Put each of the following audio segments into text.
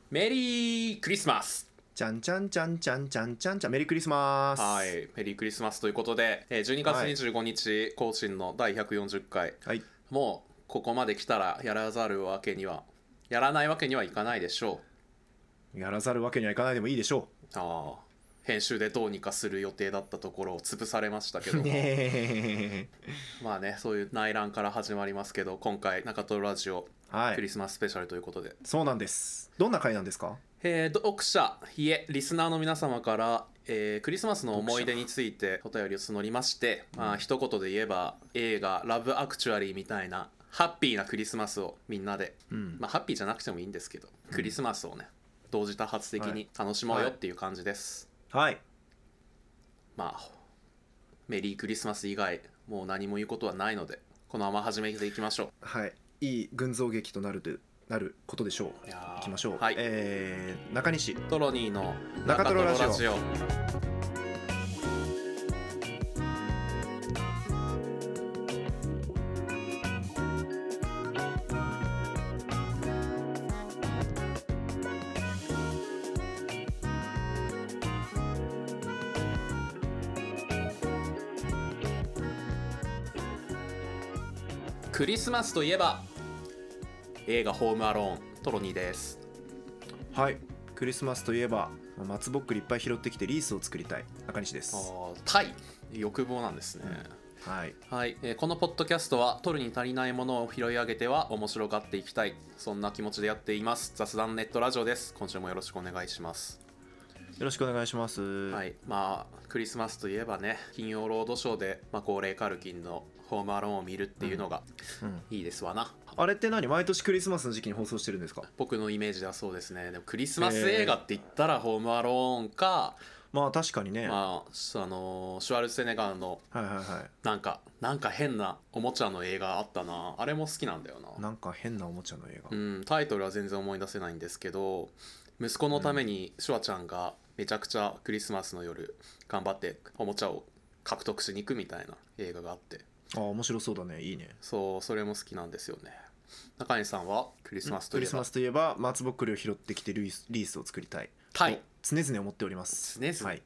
メリークリスマス。 じゃんじゃんじゃんじゃんじゃんじゃんじゃん、メリークリスマス。 はい、メリークリスマスということで、12月25日更新の第140回、 はい、 もうここまで来たらやらないわけにはいかないでしょやらざるわけにはいかないでもいいでしょう。編集でどうにかする予定だったところを潰されましたけどう。 もねまあね、そういう内覧から始まりますけど、今回中トロラジオクリはい、 スマススペシャルということで、 そうなんです。どんな回なんですか？ 読者リスナーの皆様から、クリスマスの思い出についてお便りを募りまして、一言で言えば映画ラブアクチュアリーみたいなハッピーなクリスマスをみんなで、ハッピーじゃなくてもいいんですけど、クリスマスをね同時多発的に楽しもうよっていう感じです、 はい、 メリークリスマス以外もう何も言うことはないので、このまま始めていきましょう。 はい、いい群像劇となることでしょう。 いやーいきましょう。 はい、 中西トロニーの中トロラジオ。クリスマスといえば映画ホームアローン、トロニーです。 はい、クリスマスといえば松ぼっくりいっぱい拾ってきてリースを作りたい中西です。 タイ欲望なんですね、 はい、 このポッドキャストは取るに足りないものを拾い上げては面白がっていきたい、そんな気持ちでやっています。雑談ネットラジオです。今週もよろしくお願いします。 よろしくお願いします。 はい、クリスマスといえばね、金曜ロードショーで、高齢カルキンのホームアローンを見るっていうのがいいですわな、 あれって何、毎年クリスマスの時期に放送してるんですか？ 僕のイメージではそうですね。でもクリスマス映画って言ったらホームアローンか、 まあ確かにね、 シュワルツェネッガーのなんか変なおもちゃの映画あったな、あれも好きなんだよな。 なんか変なおもちゃの映画、 タイトルは全然思い出せないんですけど、息子のためにシュワちゃんがめちゃくちゃクリスマスの夜頑張っておもちゃを獲得しに行くみたいな映画があって、 面白そうだね、いいね。 それも好きなんですよね。中西さんはクリスマスといえば？ クリスマスといえば松ぼっくりを拾ってきてリースを作りたいと常々思っております。 常々、 はい、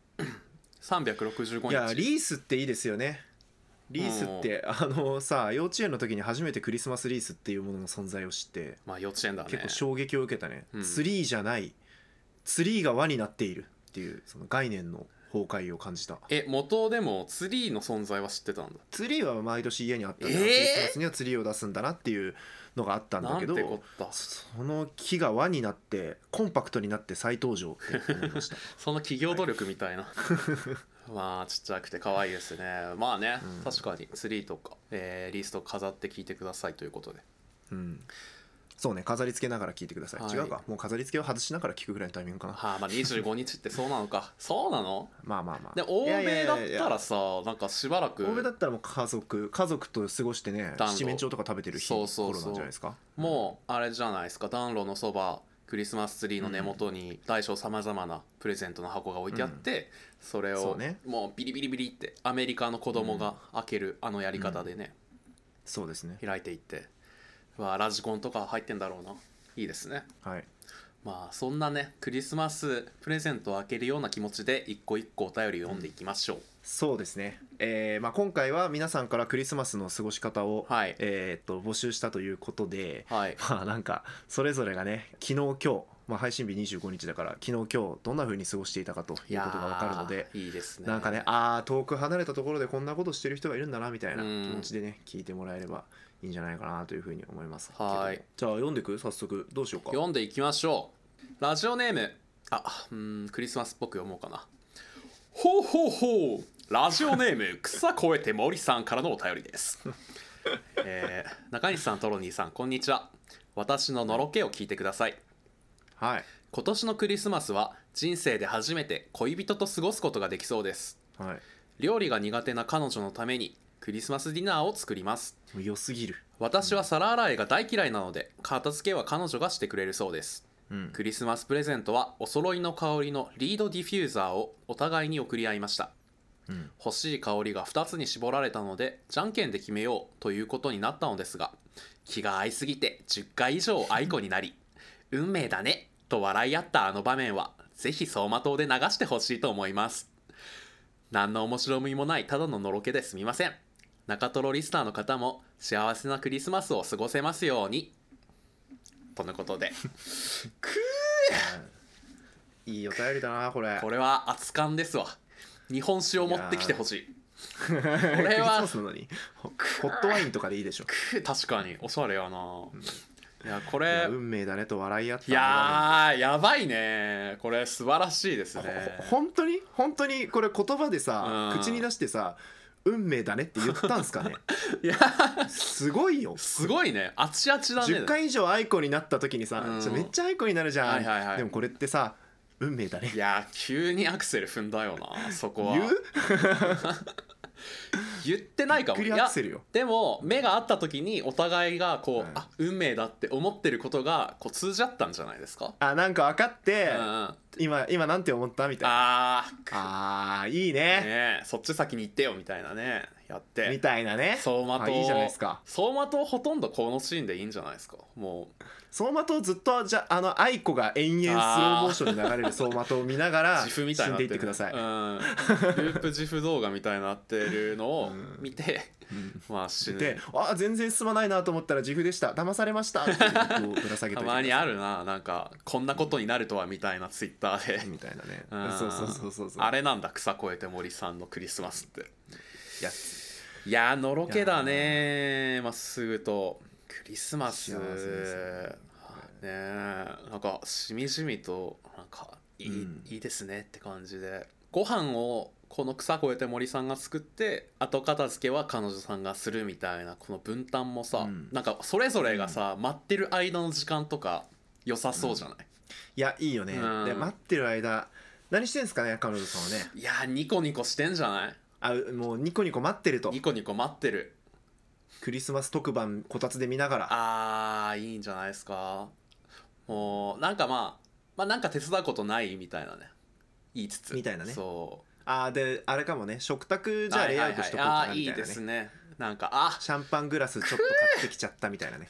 365日。 いやリースっていいですよね。リースって幼稚園の時に初めてクリスマスリースっていうものの存在を知って、 幼稚園だね、 結構衝撃を受けたね、ツリーじゃないツリーが輪になっているっていうその概念の崩壊を感じた。 元でもツリーの存在は知ってたんだ。 ツリーは毎年家にあったんだ、クリスマスにはツリーを出すんだなっていうのがあったんだけど、その木が輪になってコンパクトになって再登場って思いましたその企業努力みたいなちっちゃくて可愛いですね。確かにツリーとか、リースとか飾って聞いてくださいということで、 そうね、飾り付けながら聞いてください、違うか、もう飾り付けを外しながら聞くぐらいのタイミングかな。 25日ってそうなのかそうなの。で欧いやいやい米やいやだったらさ、なんかしばらく欧米だったらもう家族と過ごしてね、七面鳥とか食べてる頃なんじゃないですか。 もうあれじゃないですか、暖炉のそばクリスマスツリーの根元に大小さまざまなプレゼントの箱が置いてあって、それをもうビリビリビリってアメリカの子供が開けるあのやり方でね、 そうですね、 開いていって、ラジコンとか入ってんだろうな。いいですね。 はい、 そんなねクリスマスプレゼントを開けるような気持ちで一個一個お便りを読んでいきましょう。 そうですね、今回は皆さんからクリスマスの過ごし方を、募集したということで、なんかそれぞれがね昨日今日、配信日25日だから昨日今日どんな風に過ごしていたかということが分かるので、 いいですね。 なんかね、遠く離れたところでこんなことしてる人がいるんだなみたいな気持ちでね聞いてもらえればいいんじゃないかなというふうに思いますけど。じゃあ読んでいく？早速どうしようか。 読んでいきましょう。ラジオネームクリスマスっぽく読もうかな。ほうほうほう、ラジオネーム草越えて森さんからのお便りです中西さん、トロニーさん、こんにちは。私ののろけを聞いてください。 はい、 今年のクリスマスは人生で初めて恋人と過ごすことができそうです。料理が苦手な彼女のためにクリスマスディナーを作ります。 良すぎる。 私は皿洗いが大嫌いなので片付けは彼女がしてくれるそうです。クリスマスプレゼントはお揃いの香りのリードディフューザーをお互いに送り合いました。欲しい香りが2つに絞られたのでじゃんけんで決めようということになったのですが、気が合いすぎて10回以上愛子になり運命だねと笑い合ったあの場面はぜひ走馬灯で流してほしいと思います。何の面白みもないただののろけですみません。中トロリスナーの方も幸せなクリスマスを過ごせますようにとのことでくーいいお便りだなこれ。 これは熱燗ですわ。日本酒を持ってきてほしい。 これはクリスマスなのにホットワインとかでいいでしょ。 確かにおしゃれやな、いやこれ運命だねと笑い合った。 いややばいね、これ素晴らしいですね。 本当にこれ言葉でさ、口に出してさ運命だねって言ったんすかね。 いやすごいよ、 すごいね、あちあちだね。 10回以上アイコになった時にさ、めっちゃアイコになるじゃん、 はいはいはい、 でもこれってさ運命だね。 いや急にアクセル踏んだよな、そこは。言ってないかも。いやでも目が合った時にお互いがこう、あ運命だって思ってることがこう通じ合ったんじゃないですか。 なんか分かって、今なんて思ったみたいな。いいね。 そっち先に行ってよみたいなね、やってみたいなね。 走馬灯いいじゃないですか。 走馬灯ほとんどこのシーンでいいんじゃないですか。もう走馬灯ずっと愛子が延々スローモーションで流れる走馬灯を見ながら死んでいってください。ループ自負動画みたいになってるのを見て、まあ死ぬで、 全然進まないなと思ったら自負でした、騙されましたってぶら下げてたまにあるな、なんかこんなことになるとはみたいなツイッターでみたいなね。そうあれなんだ、草越えて森さんのクリスマスっていやのろけだね、まっすぐとクリスマスね、なんかしみじみとなんかいいですねって感じで、ご飯をこの草越えて森さんが作って後片付けは彼女さんがするみたいなこの分担もさ、なんかそれぞれがさ、待ってる間の時間とか良さそうじゃない？ いやいいよね。で待ってる間何してんすかね彼女さんはね。 いやニコニコしてんじゃない？ もうニコニコ待ってると。 ニコニコ待ってる。 クリスマス特番こたつで見ながら。 いいんじゃないですか。もうなんかまあなんか手伝うことないみたいなね、言いつつみたいなね。 そうであれかもね、食卓じゃあレイアウトしとこうかなみたいなね。 いいですね。なんかシャンパングラスちょっと買ってきちゃったみたいなね。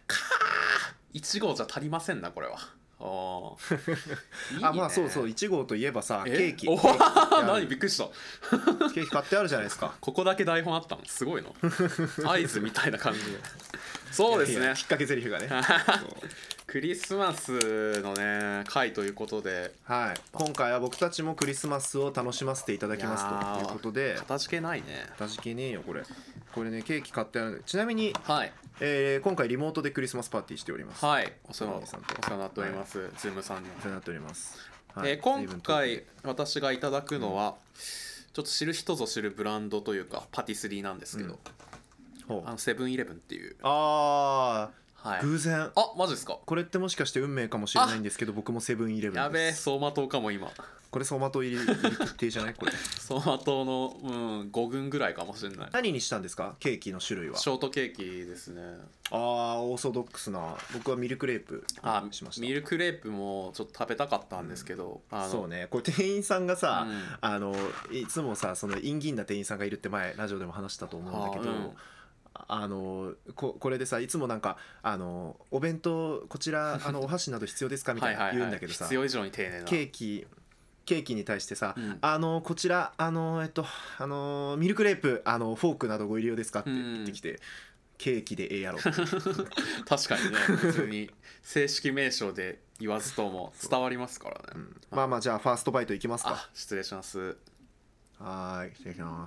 1号じゃ足りませんなこれは。いいね、 まあそう1号といえばさケーキ。 何びっくりした。 ケーキ買ってあるじゃないですか。 ここだけ台本あったのすごいの。合図みたいな感じで。そうですね、 きっかけ台詞がね。 クリスマスのね回ということで、 今回は僕たちもクリスマスを楽しませていただきますということで。 かたじけないね。 かたじけねえよこれね、ケーキ買ってある。ちなみに、今回リモートでクリスマスパーティーしております。 お世話になっております。ズームさんにお世話になっております。 今回私がいただくのは、ちょっと知る人ぞ知るブランドというかパティスリーなんですけど、セブンイレブンっていう。偶然。マジですか。 これってもしかして運命かもしれないんですけど、僕もセブンイレブンです。 やべえ、走馬灯かも今。 これ走馬灯入り決定じゃないこれ。 走馬灯の5群ぐらいかもしれない。 何にしたんですかケーキの種類は。 ショートケーキですね。 オーソドックスな。僕はミルクレープしました。 ミルクレープもちょっと食べたかったんですけど、 そうね、これ店員さんがさ、いつもさその陰銀な店員さんがいるって前ラジオでも話したと思うんだけど、これでさいつもなんかお弁当こちらお箸など必要ですかみたいな言うんだけどさ、 必要以上に丁寧なケーキに対してさ、こちらミルクレープフォークなどご入り用ですかって言ってきて、ケーキでやろう。 確かにね、普通に正式名称で言わずとも伝わりますからね。 まあじゃあファーストバイトいきますか。 失礼します。 失礼します。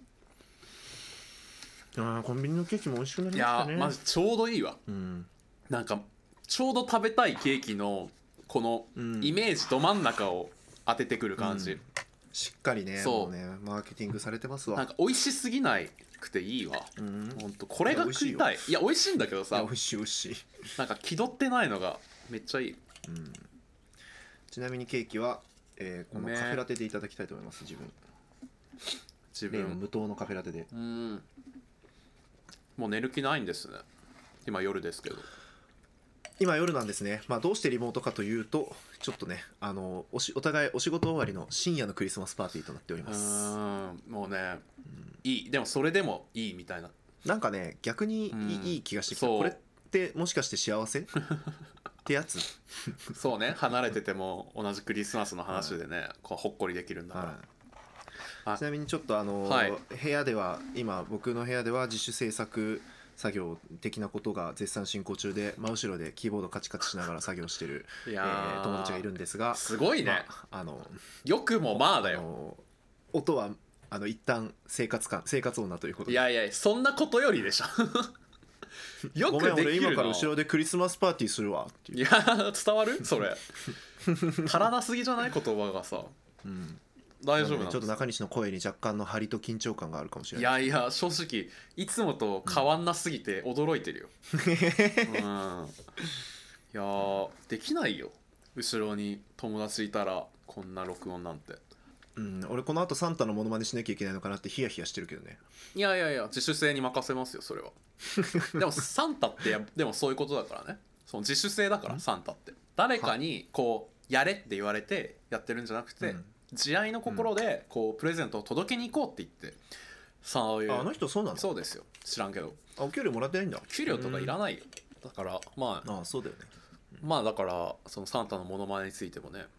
コンビニのケーキも美味しくなりましたね。 いやマジちょうどいいわ。なんかちょうど食べたいケーキのこのイメージど真ん中を当ててくる感じ、 しっかりね。もうねマーケティングされてますわ。 なんか美味しすぎないくていいわ。ほんとこれが食いたい。いや美味しいんだけどさ、 美味しい美味しい。 なんか気取ってないのがめっちゃいい。 ちなみにケーキはこのカフェラテでいただきたいと思います。自分無糖のカフェラテで。 もう寝る気ないんですね。今夜ですけど。 今夜なんですね。どうしてリモートかというと、ちょっとねお互いお仕事終わりの深夜のクリスマスパーティーとなっております。 もうね、いい。でもそれでもいいみたいな。 なんかね逆にいい気がしてきた。これってもしかして幸せ？ ってやつ。 そうね、離れてても同じクリスマスの話でね、こうほっこりできるんだから、 ちなみにちょっと部屋では今僕の部屋では自主制作作業的なことが絶賛進行中で、真後ろでキーボードカチカチしながら作業してる、友達がいるんですが、 すごいね、よくもまあだよ、音は一旦生活音だということで。 いやいや、そんなことよりでしょよくできるの。 ごめん、俺今から後ろでクリスマスパーティーするわっていう。 いや伝わるそれ足らなすぎじゃない、言葉がさ、大丈夫なんです。 ちょっと中西の声に若干の張りと緊張感があるかもしれない。 いやいや、正直いつもと変わんなすぎて驚いてるよ、いやできないよ、後ろに友達いたらこんな録音なんて。 俺この後サンタのモノマネしなきゃいけないのかなってヒヤヒヤしてるけどね。 いやいやいや、自主性に任せますよそれはでもサンタってでもそういうことだからね、その自主性だから、サンタって誰かにこうやれって言われてやってるんじゃなくて、慈愛の心でこうプレゼントを届けに行こうって言って、そういう。 あの人そうなの？ そうですよ、知らんけど。 お給料もらってないんだ。 給料とかいらないよ、だからまあそうだよね。 まあだからそのサンタのモノマネについてもね、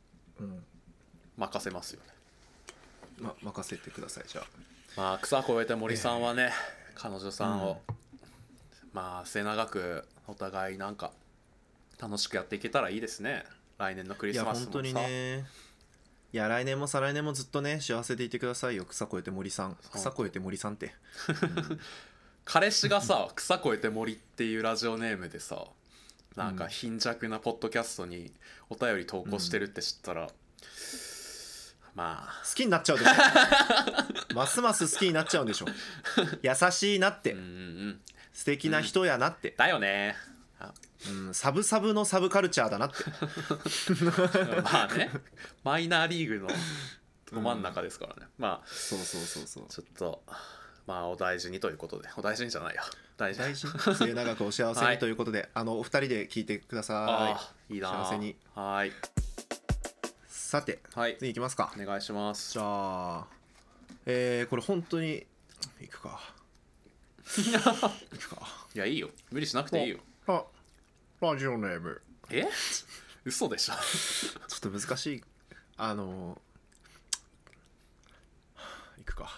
任せますよね。 任せてください。じゃあまあ草越えて森さんはね、彼女さんを、まあ末永くお互いなんか楽しくやっていけたらいいですね、来年のクリスマスもさ。 いや本当にね、いや来年も再来年もずっとね幸せでいてくださいよ、草越えて森さん。草越えて森さんって彼氏がさ草越えて森っていうラジオネームでさ、なんか貧弱なポッドキャストにお便り投稿してるって知ったら、まあ好きになっちゃうでしょますます好きになっちゃうんでしょ。優しいなって、素敵な人やなって、 だよね、 サブサブのサブカルチャーだなってまあね、マイナーリーグのど真ん中ですからね、まあそうちょっとまあお大事にということで、お大事にじゃないよ、大事に末永くお幸せにということで、お二人で聞いてください。 いいな、 幸せに。 はい。 さて、次いきますか。 お願いします。 じゃあこれ本当にいくかいやいいよ、無理しなくていいよ。 ラジオネーム、 嘘でしょちょっと難しい、いくか、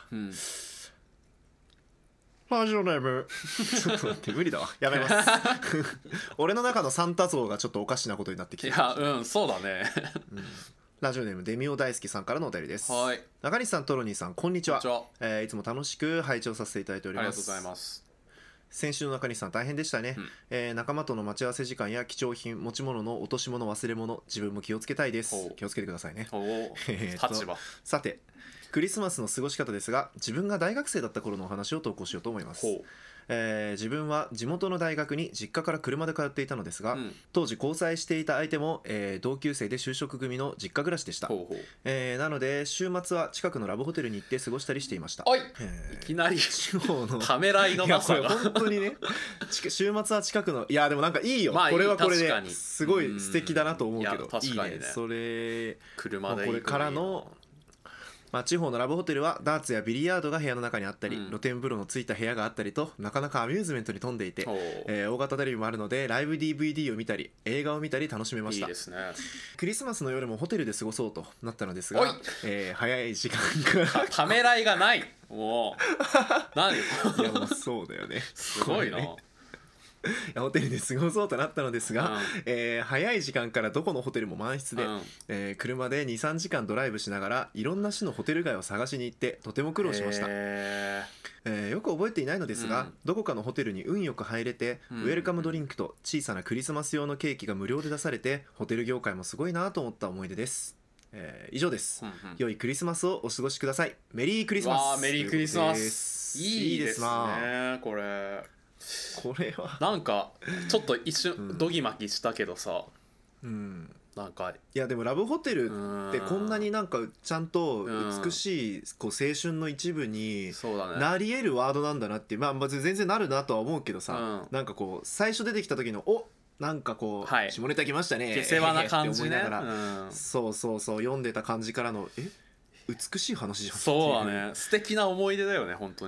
ラジオネームちょっと待って無理だわ、やめます俺の中のサンタ像がちょっとおかしなことになってきて、 いやそうだねラジオネームデミオ大好きさんからのお便りです。 はい、 中西さん、トロニーさん、こんにちは。いつも楽しく拝聴させていただいております。 ありがとうございます。 先週の中西さん大変でしたね、仲間との待ち合わせ時間や貴重品、持ち物の落とし物、忘れ物、自分も気をつけたいです。気をつけてくださいね。 立場。 さてクリスマスの過ごし方ですが、自分が大学生だった頃のお話を投稿しようと思います。自分は地元の大学に実家から車で通っていたのですが、当時交際していた相手も、同級生で就職組の実家暮らしでした。なので週末は近くのラブホテルに行って過ごしたりしていました。 いきなりためらいのなさが本当にね週末は近くの、いやでもなんかいいよ、これはこれですごい素敵だなと思うけど、 確かにね、 それ車でこれからの地方のラブホテルはダーツやビリヤードが部屋の中にあったり、露天風呂のついた部屋があったりと、なかなかアミューズメントに富んでいて、大型テレビもあるのでライブ DVD を見たり映画を見たり楽しめました。 いいですね。 クリスマスの夜もホテルで過ごそうとなったのですが、早い時間からためらいがない、もう何いやもうそうだよねすごいなホテルで過ごそうとなったのですが、早い時間からどこのホテルも満室で、車で 2,3 時間ドライブしながらいろんな種のホテル街を探しに行ってとても苦労しました。よく覚えていないのですが、どこかのホテルに運よく入れて、ウェルカムドリンクと小さなクリスマス用のケーキが無料で出されて、ホテル業界もすごいなと思った思い出です。以上です、良いクリスマスをお過ごしください。メリークリスマス。 メリークリスマス。いいですねこれはなんかちょっと一瞬ドギマギしたけどさ、なんかいやでもラブホテルってこんなになんかちゃんと美しいこう青春の一部になり得るワードなんだなっていう、まあ全然なるなとは思うけどさ、なんかこう最初出てきた時のなんかこう下ネタきましたね下世話な感じね、 そう読んでた感じからの美しい話じゃん。 そうだね、素敵な思い出だよね本当に。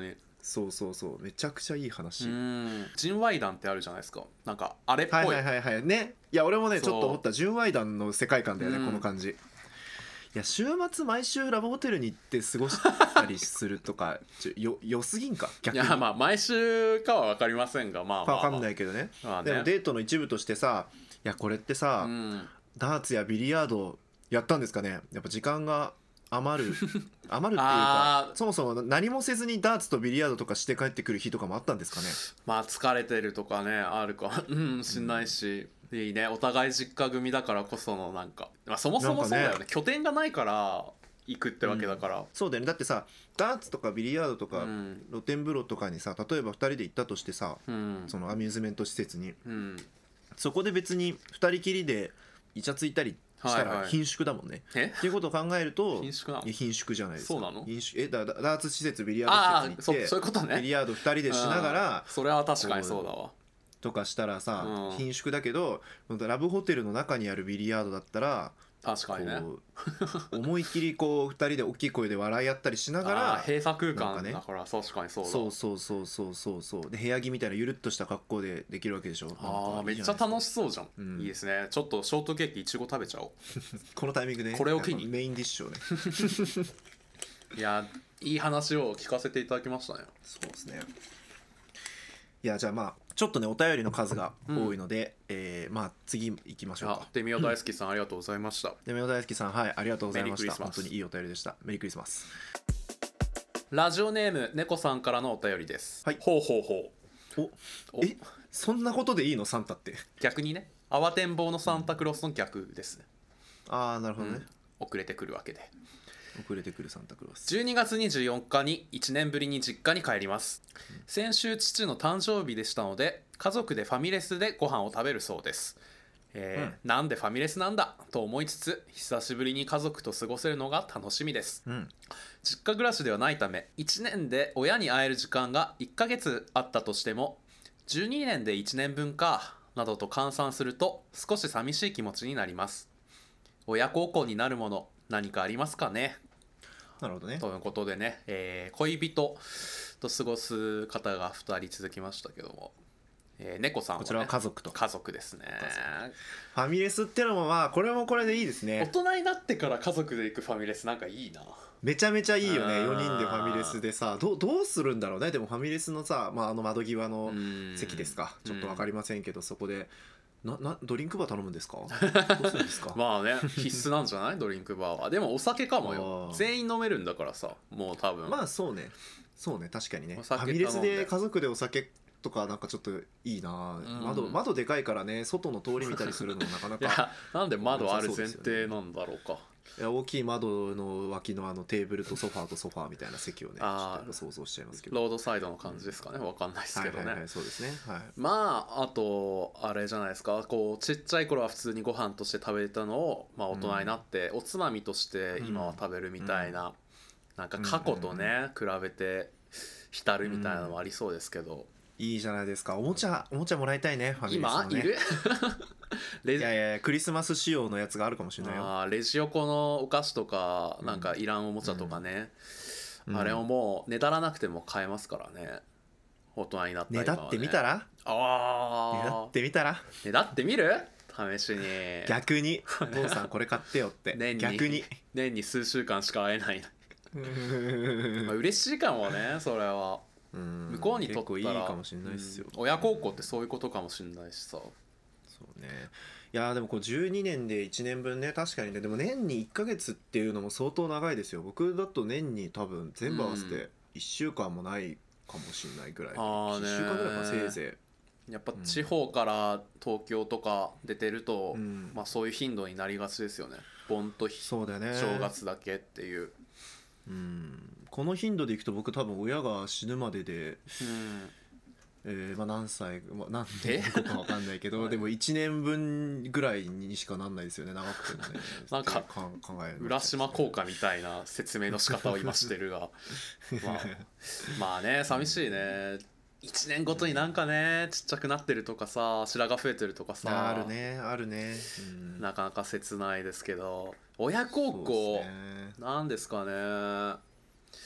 そうそうそう、めちゃくちゃいい話。 純愛談ってあるじゃないですか、なんかあれっぽい。 はいはいはいはいね。いや俺もねちょっと思った、純愛談の世界観だよね、この感じ。いや週末毎週ラブホテルに行って過ごしたりするとかよすぎんか逆に。 いやまあ毎週かは分かりませんが、まあまあ、まあ、 分かんないけどね、 まあね。 でもデートの一部としてさ、いやこれってさ、ダーツやビリヤードやったんですかね。やっぱ時間が余るっていうかそもそも何もせずにダーツとビリヤードとかして帰ってくる日とかもあったんですかね。 まあ疲れてるとかねあるかしんないし、いいね、お互い実家組だからこそのなんか、まあ、そもそもそうだよ ね、拠点がないから行くってわけだから、 そうだよね。だってさダーツとかビリヤードとか、露天風呂とかにさ例えば2人で行ったとしてさ、そのアミューズメント施設に、そこで別に2人きりでイチャついたりしたら貧縮だもんね、っていうことを考えると貧縮じゃないですか。 そうなの？ ダーツ施設ビリヤード施設に行ってそういうことね、 ビリヤード2人でしながらそれは確かにそうだわとかしたらさ、貧縮だけどラブホテルの中にあるビリヤードだったら確かにね思い切りこう2人で大きい声で笑い合ったりしながら閉鎖空間だから確かにそうだ。 そうで部屋着みたいなゆるっとした格好でできるわけでしょ。 めっちゃ楽しそうじゃん、いいですね。ちょっとショートケーキいちご食べちゃおうこのタイミングでね、 これを機にメインディッシュをねいやいい話を聞かせていただきましたね。 そうですね。いやじゃあまあちょっとねお便りの数が多いので、まあ次行きましょうか。 デミオ大好きさん、ありがとうございました。 デミオ大好きさん、はいありがとうございました。本当にいいお便りでした。メリークリスマス。 ラジオネーム猫さんからのお便りです。ほうほうほう。そんなことでいいのサンタって。 逆にね、慌てんぼうのサンタクロースの逆ですね。 ああなるほどね、 遅れてくるわけで。 遅れてくるサンタクロース。 12月24日に1年ぶりに実家に帰ります。先週父の誕生日でしたので家族でファミレスでご飯を食べるそうです。なんでファミレスなんだと思いつつ久しぶりに家族と過ごせるのが楽しみです。実家暮らしではないため1年で親に会える時間が1ヶ月あったとしても12年で1年分かなどと換算すると少し寂しい気持ちになります。親孝行になるもの何かありますかね。 なるほどね。 ということでね、恋人と過ごす方が2人続きましたけども、猫さんは、ね、 こちらは家族と家族ですね。 ファミレスってのもまあこれもこれでいいですね。 大人になってから家族で行くファミレスなんかいいな。 めちゃめちゃいいよね。4人でファミレスでさどうするんだろうね。でもファミレスのさ、まあ、あの窓際の席ですか、ちょっと分かりませんけどそこでドリンクバー頼むんですかどうするんですかまあね必須なんじゃないドリンクバーは。でもお酒かもよ全員飲めるんだからさもう多分まあそうね確かにね。ファミレスで家族でお酒とかなんかちょっといいな、窓でかいからね外の通り見たりするのもなかなかいやなんで窓ある前提なんだろうか。 いや大きい窓の脇のテーブルとソファーとソファーみたいな席をねちょっと想像しちゃいますけどロードサイドの感じですかね。分かんないですけどね。 そうですね、はい、 まああとあれじゃないですか、こうちっちゃい頃は普通にご飯として食べたのを、まあ、大人になっておつまみとして今は食べるみたいな、なんか過去とね比べて浸るみたいなのもありそうですけど、 いいじゃないですか。おもちゃもらいたいねファミレスのね。 今いるいやクリスマス仕様のやつがあるかもしれないよ。 レジ横のお菓子とかなんかいらんおもちゃとかね、あれをもうねだらなくても買えますからね大人になった今はね。 ねだってみたらねだってみたらねだってみる試しに逆にお父さんこれ買ってよって逆に年に数週間しか会えないまあ嬉しいかもねそれは。向こうにとったら結構いいかもしれないですよ。 親孝行ってそういうことかもしれないしさ。 そうね。いやでもこう12年で1年分ね確かにね。でも年に1ヶ月っていうのも相当長いですよ。僕だと年に多分全部合わせて1週間もないかもしれないぐらい、1週間ぐらいかせいぜい。やっぱ地方から東京とか出てると、まあ、そういう頻度になりがちですよね。盆とそうだよね正月だけっていう。 この頻度でいくと僕多分親が死ぬまでで、まあ何歳、何年後か分かんないけどでも1年分ぐらいにしかなんないですよね長くてもね。 なんか浦島効果みたいな説明の仕方を今してるがまあね寂しいね。1年ごとになんかねちっちゃくなってるとかさ白髪増えてるとかさあるね、 なかなか切ないですけど親孝行なんですかね。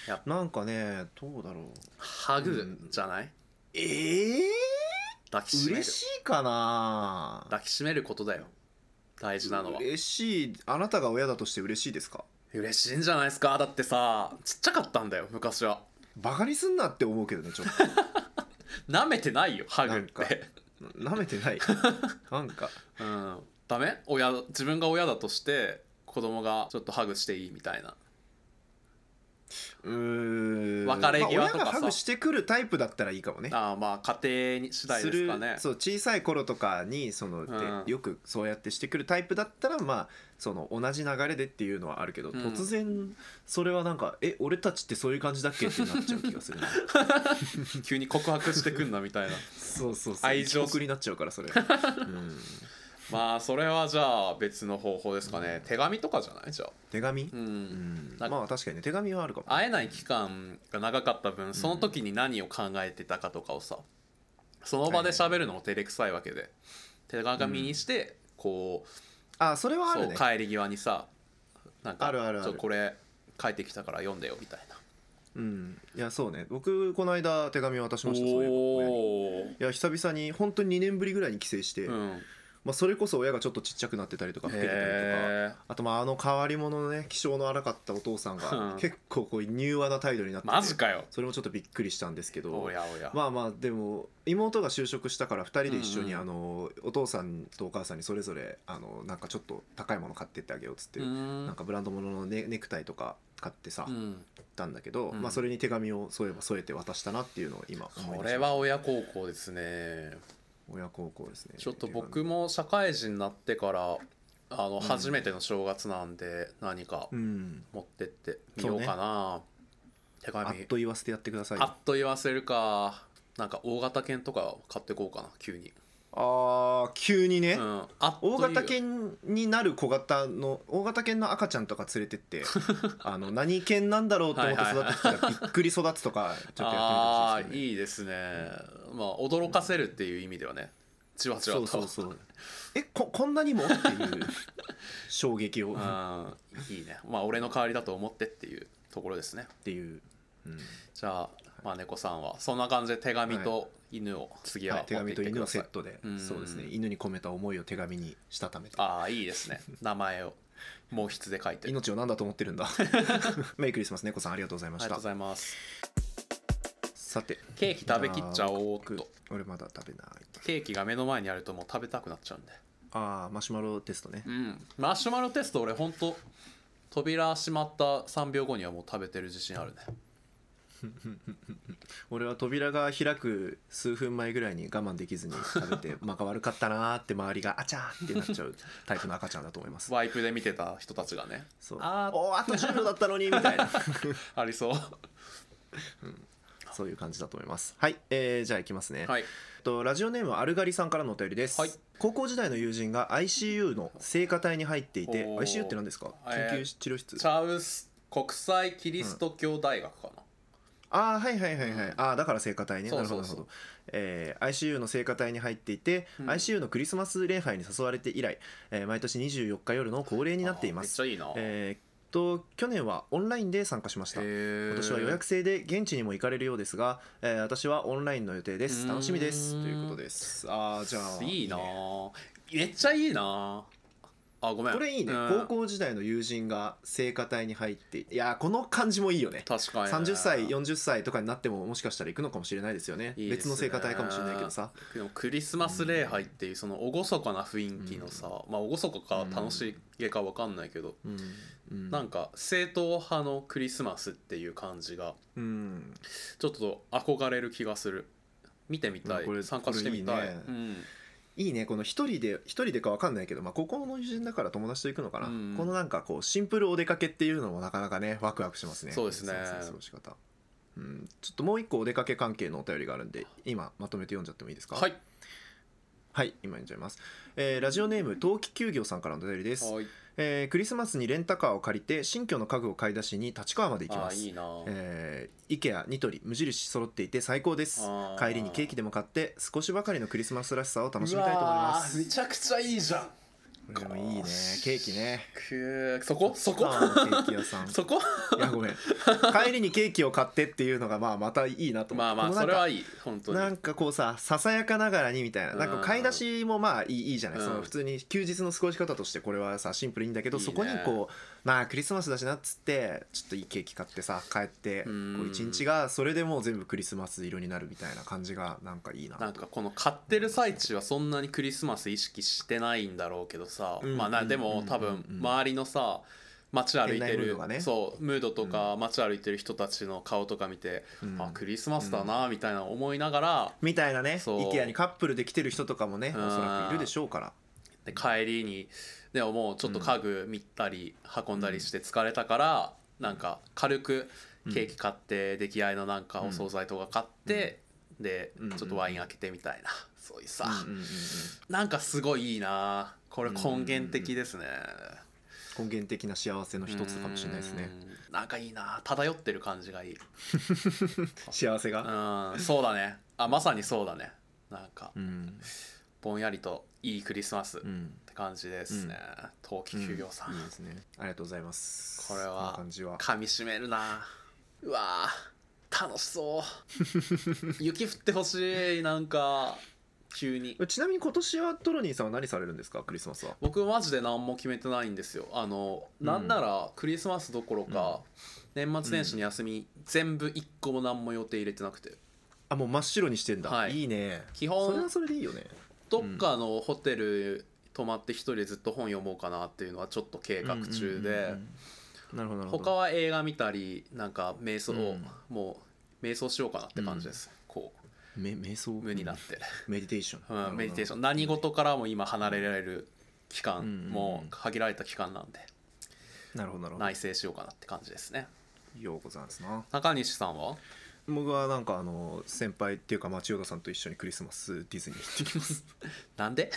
なんかねどうだろう、 ハグじゃない、 抱きしめる、嬉しいかな。 抱きしめることだよ大事なのは。 嬉しい。あなたが親だとして嬉しいですか？ 嬉しいんじゃないですか。だってさちっちゃかったんだよ昔は。 バカにすんなって思うけどねちょっと舐めてないよハグって舐めてないなんかダメ？自分が親だとして子供がちょっとハグしていいみたいな。別れ際とかさ、親がハグしてくるタイプだったらいいかもね。 まあ家庭に次第ですかね。 そう小さい頃とかによくそうやってしてくるタイプだったらまあその同じ流れでっていうのはあるけど、突然それはなんか俺たちってそういう感じだっけってなっちゃう気がする急に告白してくんなみたいなそう愛情告になっちゃうからそれまあそれはじゃあ別の方法ですかね。手紙とかじゃない？じゃあ手紙、まあ確かにね手紙はあるかも。 会えない期間が長かった分、その時に何を考えてたかとかをさその場で喋るのも照れくさいわけで、手紙にしてこうそれはあるね。 帰り際にさなんかあるあるある、 これ帰ってきたから読んでよみたいな。 いやそうね、僕この間手紙を渡しました。そういえばいや久々に本当に2年ぶりぐらいに帰省して、それこそ親がちょっとちっちゃくなってたりとか老けてたりとか、あと変わり者のね気性の荒かったお父さんが結構こう柔和な態度になってて、 マジかよ。 それもちょっとびっくりしたんですけど、 おやおやまあでも妹が就職したから2人で一緒にお父さんとお母さんにそれぞれなんかちょっと高いもの買ってってあげようっつって、なんかブランド物のネクタイとか買ってさ、たんだけど、それに手紙をそういえば添えて渡したなっていうのを今思い出しました。 これは親孝行ですね。 親孝行ですね。 ちょっと僕も社会人になってから初めての正月なんで何か持ってってみようかな、手紙。 あっと言わせてやってください。 あっと言わせるか。なんか大型犬とか買ってこうかな急に。 急にね、大型犬になる大型犬の赤ちゃんとか連れてって何犬なんだろうと思って育ててたらびっくり育つとかちょっとやってみてほしいですね。 いいですね。驚かせるっていう意味ではね、じわじわとそうこんなにもっていう衝撃をいいね。俺の代わりだと思ってっていうところですねっていう、 じゃあ猫さんはそんな感じで手紙と犬を次は手紙と犬をセットで、そうですね、犬に込めた思いを手紙にしたためて。 いいですね。名前を毛筆で書いて。 命を何だと思ってるんだメリークリスマス。猫さんありがとうございました。 ありがとうございます。 さてケーキ食べきっちゃおうっと。 俺まだ食べない。 ケーキが目の前にあるともう食べたくなっちゃうんで。 マシュマロテストね。 マシュマロテスト俺ほんと扉閉まった3秒後にはもう食べてる自信あるね俺は扉が開く数分前ぐらいに我慢できずに食べて間が悪かったなーって周りがあちゃーってなっちゃうタイプの赤ちゃんだと思います。 ワイプで見てた人たちがね、 あと10秒だったのにみたいなありそうそういう感じだと思います。はい、じゃあいきますね。 はい、 ラジオネームアルガリさんからのお便りです。高校時代の友人が ICU の聖歌隊に入っていて、ICU って何ですか？緊急治療室。 チャウス国際キリスト教大学かな。 はいだから聖歌隊ね。なるほどなるほど。ICU の聖歌隊に入っていて、ICU のクリスマス礼拝に誘われて以来、毎年24日夜の恒例になっています。 めっちゃいいな。 去年はオンラインで参加しました。今年は予約制で現地にも行かれるようですが、私はオンラインの予定です。楽しみですということです。じゃあいいな、めっちゃいいな。ごめん、 これいいね、高校時代の友人が聖歌隊に入っていやこの感じもいいよね。 確かに、 30歳40歳とかになってももしかしたら行くのかもしれないですよね。別の聖歌隊かもしれないけどさ。 でもクリスマス礼拝っていうその厳かな雰囲気のさ、厳かか楽しげか分かんないけど、なんか正統派のクリスマスっていう感じがちょっと憧れる気がする。見てみたい、参加してみたい。 いいね。この一人でか分かんないけど、高校の友人だから友達と行くのかな、このなんかこうシンプルお出かけっていうのもなかなかねワクワクしますね。 そうですね。 過ごし方、ちょっともう一個お出かけ関係のお便りがあるんで今まとめて読んじゃってもいいですか？はい、今読んじゃいます。ラジオネーム冬季休業さんからのお便りです。クリスマスにレンタカーを借りて新居の家具を買い出しに立川まで行きます。 いいな。 IKEA、ニトリ、無印揃っていて最高です。帰りにケーキでも買って少しばかりのクリスマスらしさを楽しみたいと思います。 めちゃくちゃいいじゃん。 これもいいね、ケーキね。 そこケーキ屋さんそこいやごめん、帰りにケーキを買ってっていうのがまたいいなと思って。 まあそれはいい、本当になんかこうささやかながらにみたいな、なんか買い出しもいいじゃない、その普通に休日の過ごし方としてこれはさシンプルにいいんだけど、そこにこうクリスマスだしなっつってちょっといいケーキ買ってさ帰ってこう一日がそれでもう全部クリスマス色になるみたいな感じがなんかいいな。 なんかこの買ってる最中はそんなにクリスマス意識してないんだろうけどさ、でも多分周りのさ街歩いてる、そうムードとか街歩いてる人たちの顔とか見て、クリスマスだなみたいな思いながらみたいなね、IKEA にカップルで来てる人とかもねおそらくいるでしょうから。 で帰りにでももうちょっと家具見たり運んだりして疲れたから、なんか軽くケーキ買って出来合いのなんかお惣菜とか買って、でちょっとワイン開けてみたいな、そういうさ、なんかすごいいいな、これ根源的ですね。 根源的な幸せの一つかもしれないですね。 なんかいいな、漂ってる感じがいい幸せがそうだね、まさにそうだね、なんか、ぼんやりといいクリスマスって感じですね。冬季休業さん、 いいですね、ありがとうございます。 これは噛み締めるな。うわ楽しそう雪降ってほしい、なんか急に。 ちなみに今年はトロニーさんは何されるんですか、クリスマスは。 僕マジで何も決めてないんですよ。なんならクリスマスどころか、年末年始の休み全部1個も何も予定入れてなくて、 もう真っ白にしてんだ。いいね。 基本それはそれでいいよね。 どっかのホテル泊まって一人でずっと本読もうかなっていうのはちょっと計画中で、他は映画見たりなんか瞑想を、もう瞑想しようかなって感じです。こう瞑想無になってメディテーション、 メディテーション、何事からも今離れられる期間、もう限られた期間なんで、 なるほど内省しようかなって感じですね。 ようございますな。 中西さんは。 僕はなんか先輩っていうか町田さんと一緒にクリスマスディズニー行ってきますなんで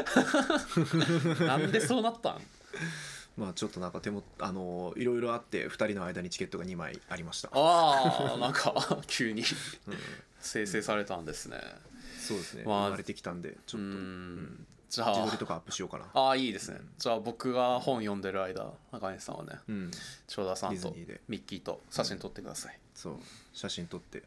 なんでそうなったん。 ちょっとなんかいろいろあって2人の間にチケットが2枚ありました。 なんか急に生成されたんですね。 そうですね、生まれてきたんでちょっとじゃあ自撮りとかアップしようかな。 いいですね。じゃあ僕が本読んでる間、中西さんはね、長田さんとミッキーと写真撮ってください。 そう写真撮って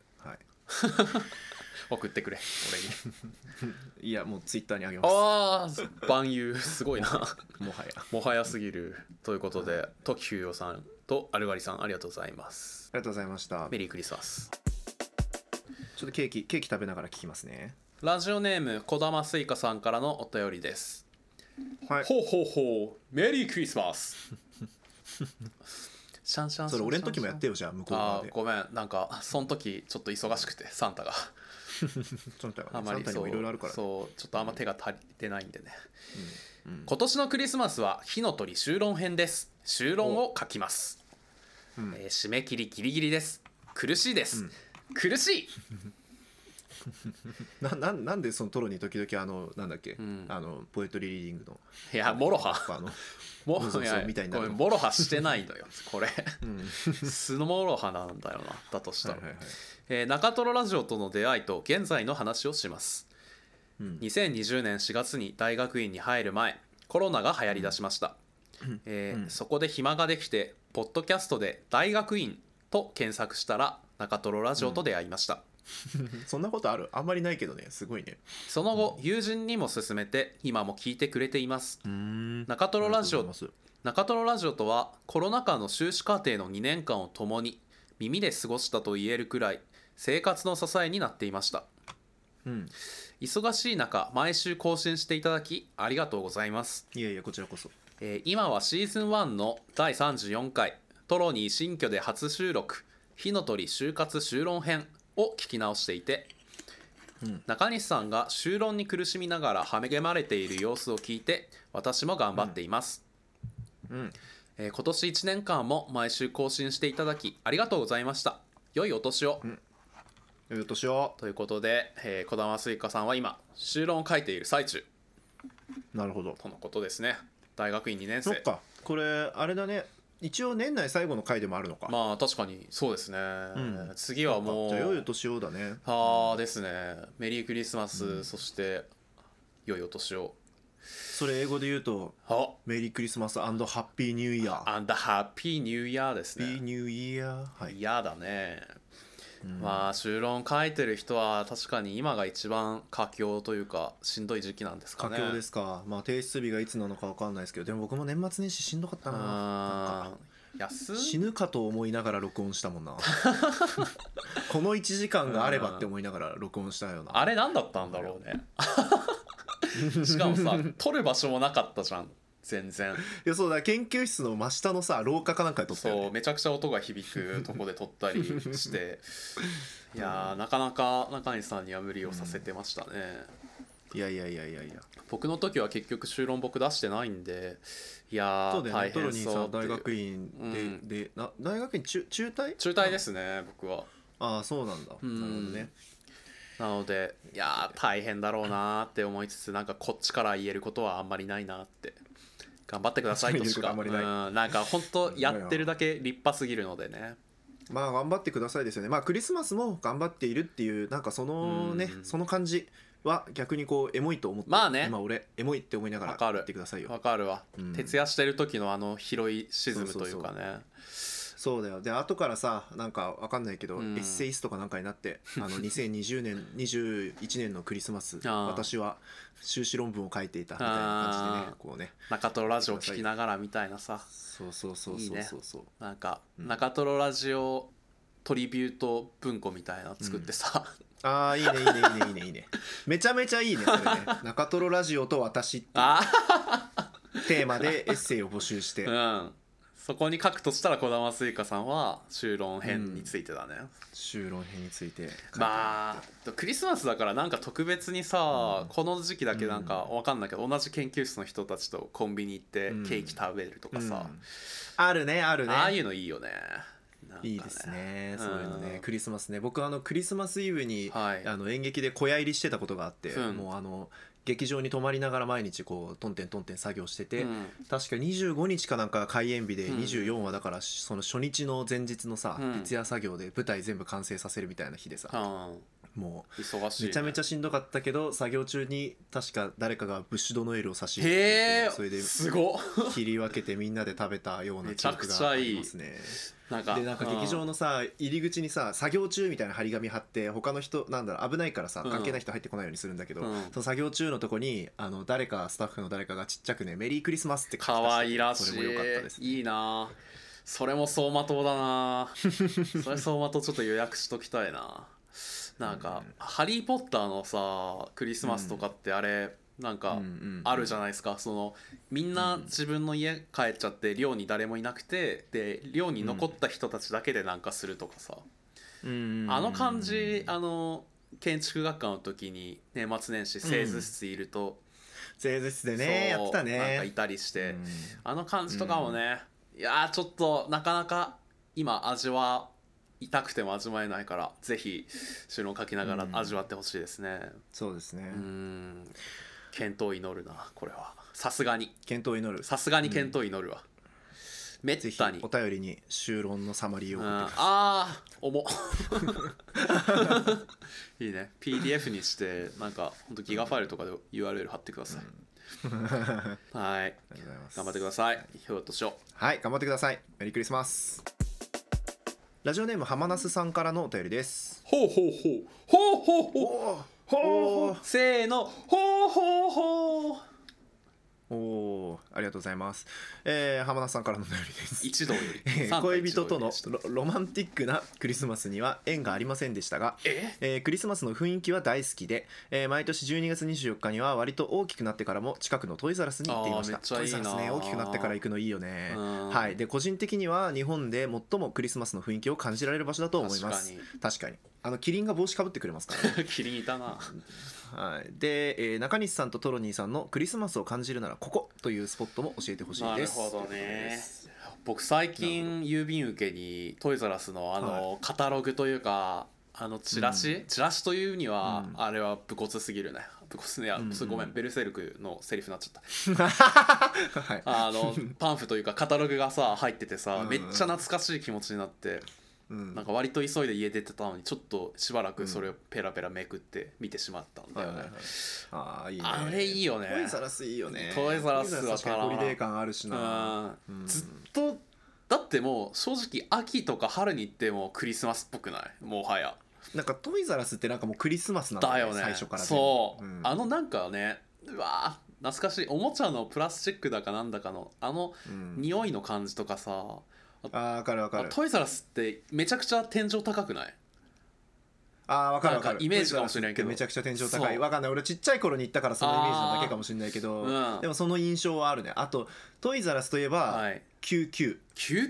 送ってくれ俺にいやもうツイッターにあげます。 万有すごいなもはやすぎる。ということで時休洋さんとアルガリさんありがとうございます。 ありがとうございました。 メリークリスマス。 ちょっとケーキ食べながら聞きますね。 ラジオネームこだますいかさんからのお便りです。 はい、 ほうメリークリスマスシャンシャンそれ俺の時もやってよ、じゃあ向こう側で。 ごめん、なんかその時ちょっと忙しくてサンタがあまりサンタにもいろいろあるから、 そうちょっとあんま手が足りてないんでね、今年のクリスマスは火の鳥修論編です。修論を書きます、締め切りギリギリです。苦しいです、苦しいなんでそのトロに時々なんだっけ、ポエトリーリーディングのいやモロハみたいなモロハしてないのよこれ素のモロハなんだよな。だとしたら、中トロラジオとの出会いと現在の話をします。2020年4月に大学院に入る前、コロナが流行りだしました。そこで暇ができてポッドキャストで大学院と検索したら中トロラジオと出会いました。 そんなことある？あんまりないけどね、すごいね。 その後、友人にも勧めて今も聞いてくれています。中トロラジオとはコロナ禍の修士課程の2年間を共に耳で過ごしたと言えるくらい生活の支えになっていました。忙しい中毎週更新していただきありがとうございます。 いやいやこちらこそ。 今はシーズン1の第34回トロニー新居で初収録火の鳥就活修論編を聞き直していて、中西さんが修論に苦しみながら励まれている様子を聞いて私も頑張っています。今年1年間も毎週更新していただきありがとうございました。良いお年を。 良いお年をということで、小玉スイカさんは今修論を書いている最中。 なるほどとのことですね。大学院2年生。 そっか、これあれだね、一応年内最後の回でもあるのか。 まあ確かにそうですね、次はもうじゃあ良いお年をだね。 ですね。メリークリスマス、そして良いお年をそれ英語で言うとメリークリスマス&ハッピーニューイヤー &ハッピーニューイヤーですね。 ハッピーニューイヤー、はい、 嫌だね。まあ修論書いてる人は確かに今が一番佳境というかしんどい時期なんですかね。 佳境ですか。まあ提出日がいつなのか分かんないですけど、でも僕も年末年始しんどかったな。なんか死ぬかと思いながら録音したもんなこの1時間があればって思いながら録音したような。 あれ何だったんだろうねしかもさ撮る場所もなかったじゃん全然。 いやそうだ、研究室の真下のさ廊下かなんかで撮ったよね。 そうめちゃくちゃ音が響くとこで撮ったりしていやなかなか中西さんには無理をさせてましたね。 いや僕の時は結局修論僕出してないんで、いやそうだよね。 大変そう。 トロニーさん大学院で、大学院中退ですね僕は。 ああそうなんだ、なるほどね。 なのでいや大変だろうなって思いつつ、なんかこっちから言えることはあんまりないなって、頑張ってくださいとしかなんか本当やってるだけ立派すぎるのでね。 まあ頑張ってくださいですよね。まあクリスマスも頑張っているっていうなんかそのね、その感じは逆にこうエモいと思って、 まあね、 今俺エモいって思いながら言ってくださいよ。 わかるわ、徹夜してる時のヒロイシズムというかね。 そうだよ。で後からさなんかわかんないけど、エッセイストかなんかになって2020年21年のクリスマス私は修士論文を書いていたみたいな感じでね、こうね中トロラジオ聞きながらみたいなさ。 そういいね。なんか中トロラジオトリビュート文庫みたいなの作ってさ、 ああいいねめちゃめちゃいいねそれね中トロラジオと私ってテーマでエッセイを募集して、 そこに書くとしたら児玉スイカさんは修論編についてだね、 修論編について。 まあクリスマスだからなんか特別にさ、この時期だけなんか分かんないけど、同じ研究室の人たちとコンビニ行ってケーキ食べるとかさ、 あるね。ああいうのいいよね。 いいですね、そういうのね。クリスマスね、僕クリスマスイブに、演劇で小屋入りしてたことがあって、もう劇場に泊まりながら毎日こうトンテン作業してて、確か25日かなんか開演日で、24話だからその初日の前日のさ、徹夜作業で舞台全部完成させるみたいな日でさ、もう忙しい、 めちゃめちゃしんどかったけど作業中に確か誰かがブッシュドノエルを差し入れて、 それですご切り分けてみんなで食べたような記憶がありますね。なんか劇場のさ入り口にさ作業中みたいな張り紙貼って、他の人危ないからさ関係ない人入ってこないようにするんだけど、その作業中のとこにスタッフの誰かがちっちゃくねメリークリスマスって書き出して、 かわいらしい。 それも良かったですね。 いいなそれも走馬灯だなそれ走馬灯ちょっと予約しときたいな。なんかハリーポッターのさクリスマスとかってあれ、なんかあるじゃないですか。そのみんな自分の家帰っちゃって寮に誰もいなくて、で寮に残った人たちだけでなんかするとかさ、感じ建築学科の時に年末年始製図室いると、 製図室でねやってたね、 なんかいたりして、感じとかもね、いやちょっとなかなか今味わ痛くても味わえないから、ぜひ修論書きながら味わってほしいですね。 そうですね。 健闘を祈るな、これは。さすがに健闘を祈る。 さすがに健闘を祈るわ。めったに。ぜひお便りに修論のサマリーを送ってください。 重っいいね。PDF にしてなんかほんとギガファイルとかで URL 貼ってください。はい。頑張ってください。ひょっとしよう。 はい、頑張ってください。メリークリスマス。ラジオネーム浜那須さんからのお便りです。 ほうせーのほうおありがとうございます。浜田さんからのお便りです。 一度より恋人とのロマンティックなクリスマスには縁がありませんでしたが、クリスマスの雰囲気は大好きで、毎年12月24日には割と大きくなってからも近くのトイザらスに行っていました。トイザらスね、大きくなってから行くのいいよね。はい。で個人的には日本で最もクリスマスの雰囲気を感じられる場所だと思います。確かにキリンが帽子かぶってくれますからね。 キリンいたな。 はい。で、中西さんとトロニーさんのクリスマスを感じるならここというスポットも教えてほしいです。 なるほどね。僕最近郵便受けにトイザらスのカタログというかチラシというには、あれは武骨すぎるね。武骨ね、ごめん、ベルセルクのセリフになっちゃった。パンフというかカタログがさ入っててさ、めっちゃ懐かしい気持ちになって、 なんか割と急いで家出てたのにちょっとしばらくそれをペラペラめくって見てしまったんだよね。 ああいいね。 あれいいよね。 トイザらスいいよね。 トイザらスはたらホリデー感あるしな。 ずっとだってもう正直秋とか春に行ってもクリスマスっぽくない？もはやなんかトイザらスってなんかもうクリスマスなんだよね、最初から。 そう、なんかね、うわ懐かしいおもちゃのプラスチックだかなんだかの匂いの感じとかさ、 分かる分かる。 トイザらスってめちゃくちゃ天井高くない？ 分かる分かる。 イメージかもしれないけどめちゃくちゃ天井高い。分かんない、俺ちっちゃい頃に行ったからそのイメージなだけかもしれないけど、でもその印象はあるね。あとトイザらスといえば99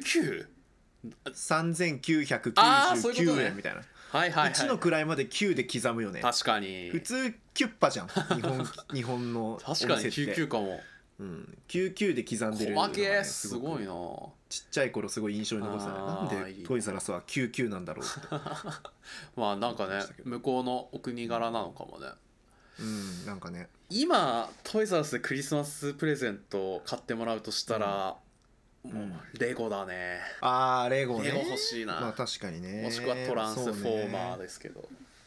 3999円みたいな。1の位まで9で刻むよね。 確かに普通キュッパじゃん日本のお店って。 確かに99かも。 99で刻んでるのが、ね、 細けすごいな。 ちっちゃい頃すごい印象に残ってたね。なんでトイザらスは99なんだろうってまあなんかね向こうのお国柄なのかもね。 なんかね今トイザらスでクリスマスプレゼント買ってもらうとしたら、もうレゴだね。 レゴね。 レゴ欲しいな。 まあ確かにね。 もしくはトランスフォーマーですけど。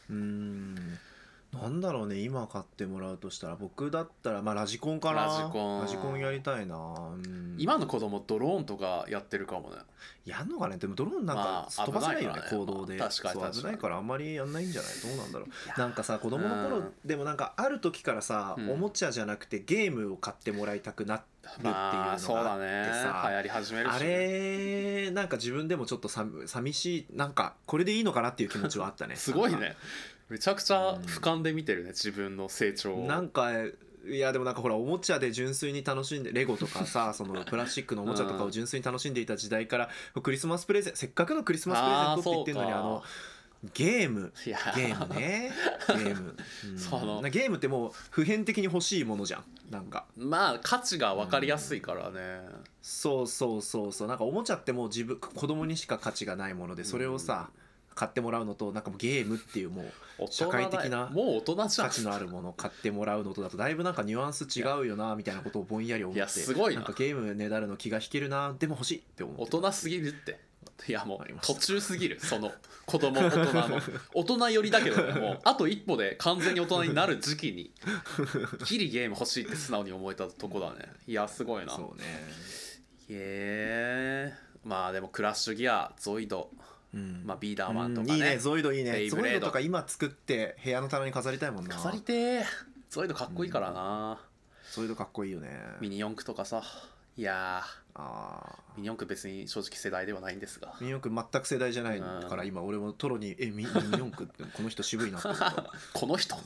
なんだろうね、今買ってもらうとしたら僕だったらラジコンかな。ラジコンやりたいな。 今の子供ドローンとかやってるかもね。 やんのかね。でもドローンなんか飛ばせないよね、公道で。 確かに危ないからあんまりやんないんじゃない？どうなんだろう。なんかさ子供の頃でもなんかある時からさ、おもちゃじゃなくてゲームを買ってもらいたくなるっていうのがあってさ、 流行り始めるし、 あれなんか自分でもちょっと寂しい、なんかこれでいいのかなっていう気持ちはあったね。 すごいね。めちゃくちゃ俯瞰で見てるね、自分の成長を。 なんかいやでもなんかほらおもちゃで純粋に楽しんでレゴとかさそのプラスチックのおもちゃとかを純粋に楽しんでいた時代からクリスマスプレゼント、せっかくのクリスマスプレゼントって言ってるのにゲームねゲームってもう普遍的に欲しいものじゃん。なんかまあ価値が分かりやすいからね。 そうなんかおもちゃってもう子供にしか価値がないもので、それをさ買ってもらうのとなんかもうゲームっていうもう社会的な価値のあるものを買ってもらうのとだとだいぶなんかニュアンス違うよなみたいなことをぼんやり思って、 いやすごいなんかゲームねだるの気が引けるな、でも欲しいって思って。 大人すぎるって。いやもう途中すぎる、その子供大人の大人寄りだけどね、もうあと一歩で完全に大人になる時期にギリゲーム欲しいって素直に思えたとこだね。いやすごいな。 そうね。まあでもクラッシュギア、ゾイド、まあビーダーマンとかね、 いいねゾイドいいね。ゾイドとか今作って部屋の棚に飾りたいもんな。 飾りてー。ゾイドかっこいいからな。 ゾイドかっこいいよね。 ミニ四駆とかさ。いやミニ四駆別に正直世代ではないんですが、 ミニ四駆全く世代じゃないから今俺もトロにミニ四駆ってこの人渋いなってこの人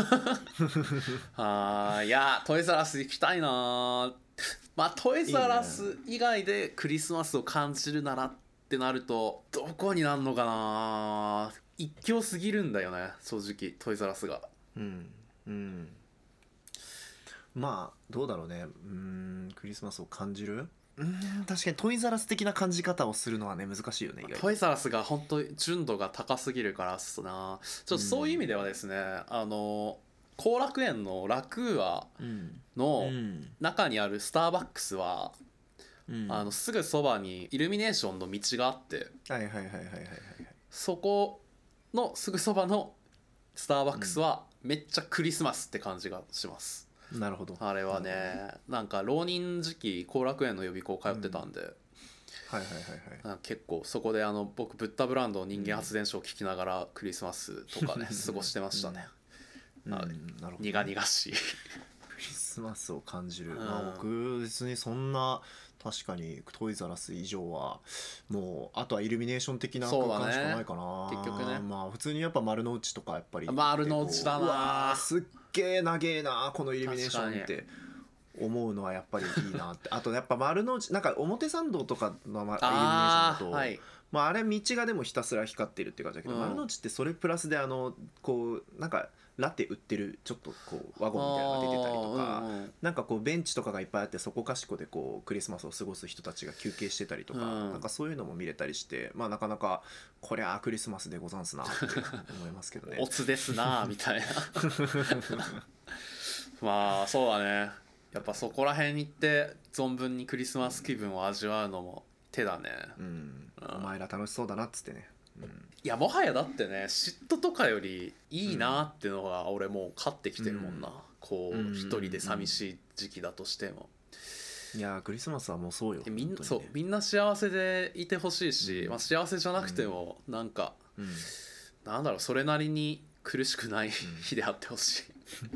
いやトイザらス行きたいな。まあトイザらス以外でクリスマスを感じるならってなるとどこになるのかな。一強すぎるんだよね正直トイザらスが。 まあどうだろうね。クリスマスを感じる、確かにトイザらス的な感じ方をするのはね難しいよね。意外とトイザらスが本当に純度が高すぎるからっすな。ちょっとそういう意味ではですね、後楽園のラクーアの中にあるスターバックスは、すぐそばにイルミネーションの道があって、そこのすぐそばのスターバックスはめっちゃクリスマスって感じがします。 なるほど。 あれはね、なんか浪人時期後楽園の予備校通ってたんで、結構そこで僕ブッダブランドの人間発電所を聞きながらクリスマスとかね過ごしてましたね。苦々しいクリスマスを感じる。僕別にそんな確かにトイザらス以上はもうあとはイルミネーション的な空間しかないかな。 結局ね、 まあ普通にやっぱ丸の内とかやっぱり丸の内だな。 すっげえ長えなこのイルミネーションって思うのはやっぱりいいなって。あとやっぱ丸の内なんか表参道とかのイルミネーションだとまああれ道がでもひたすら光ってるって感じだけど、丸の内ってそれプラスでこうなんかラテ売ってるちょっとこうワゴンみたいなのが出てたりとか、なんかこうベンチとかがいっぱいあってそこかしこでこうクリスマスを過ごす人たちが休憩してたりとか、なんかそういうのも見れたりして、まあなかなかこりゃクリスマスでござんすなって思いますけどねおつですなみたいなまあそうだね、やっぱそこら辺に行って存分にクリスマス気分を味わうのも手だね。 お前ら楽しそうだなっつってね。 いやもはやだってね、嫉妬とかよりいいなっていうのが俺もう勝ってきてるもんな、こう一人で寂しい時期だとしても。 いやクリスマスはもうそうよ。 みんな幸せでいてほしいし、幸せじゃなくてもなんか、なんだろう、それなりに苦しくない日であってほしい。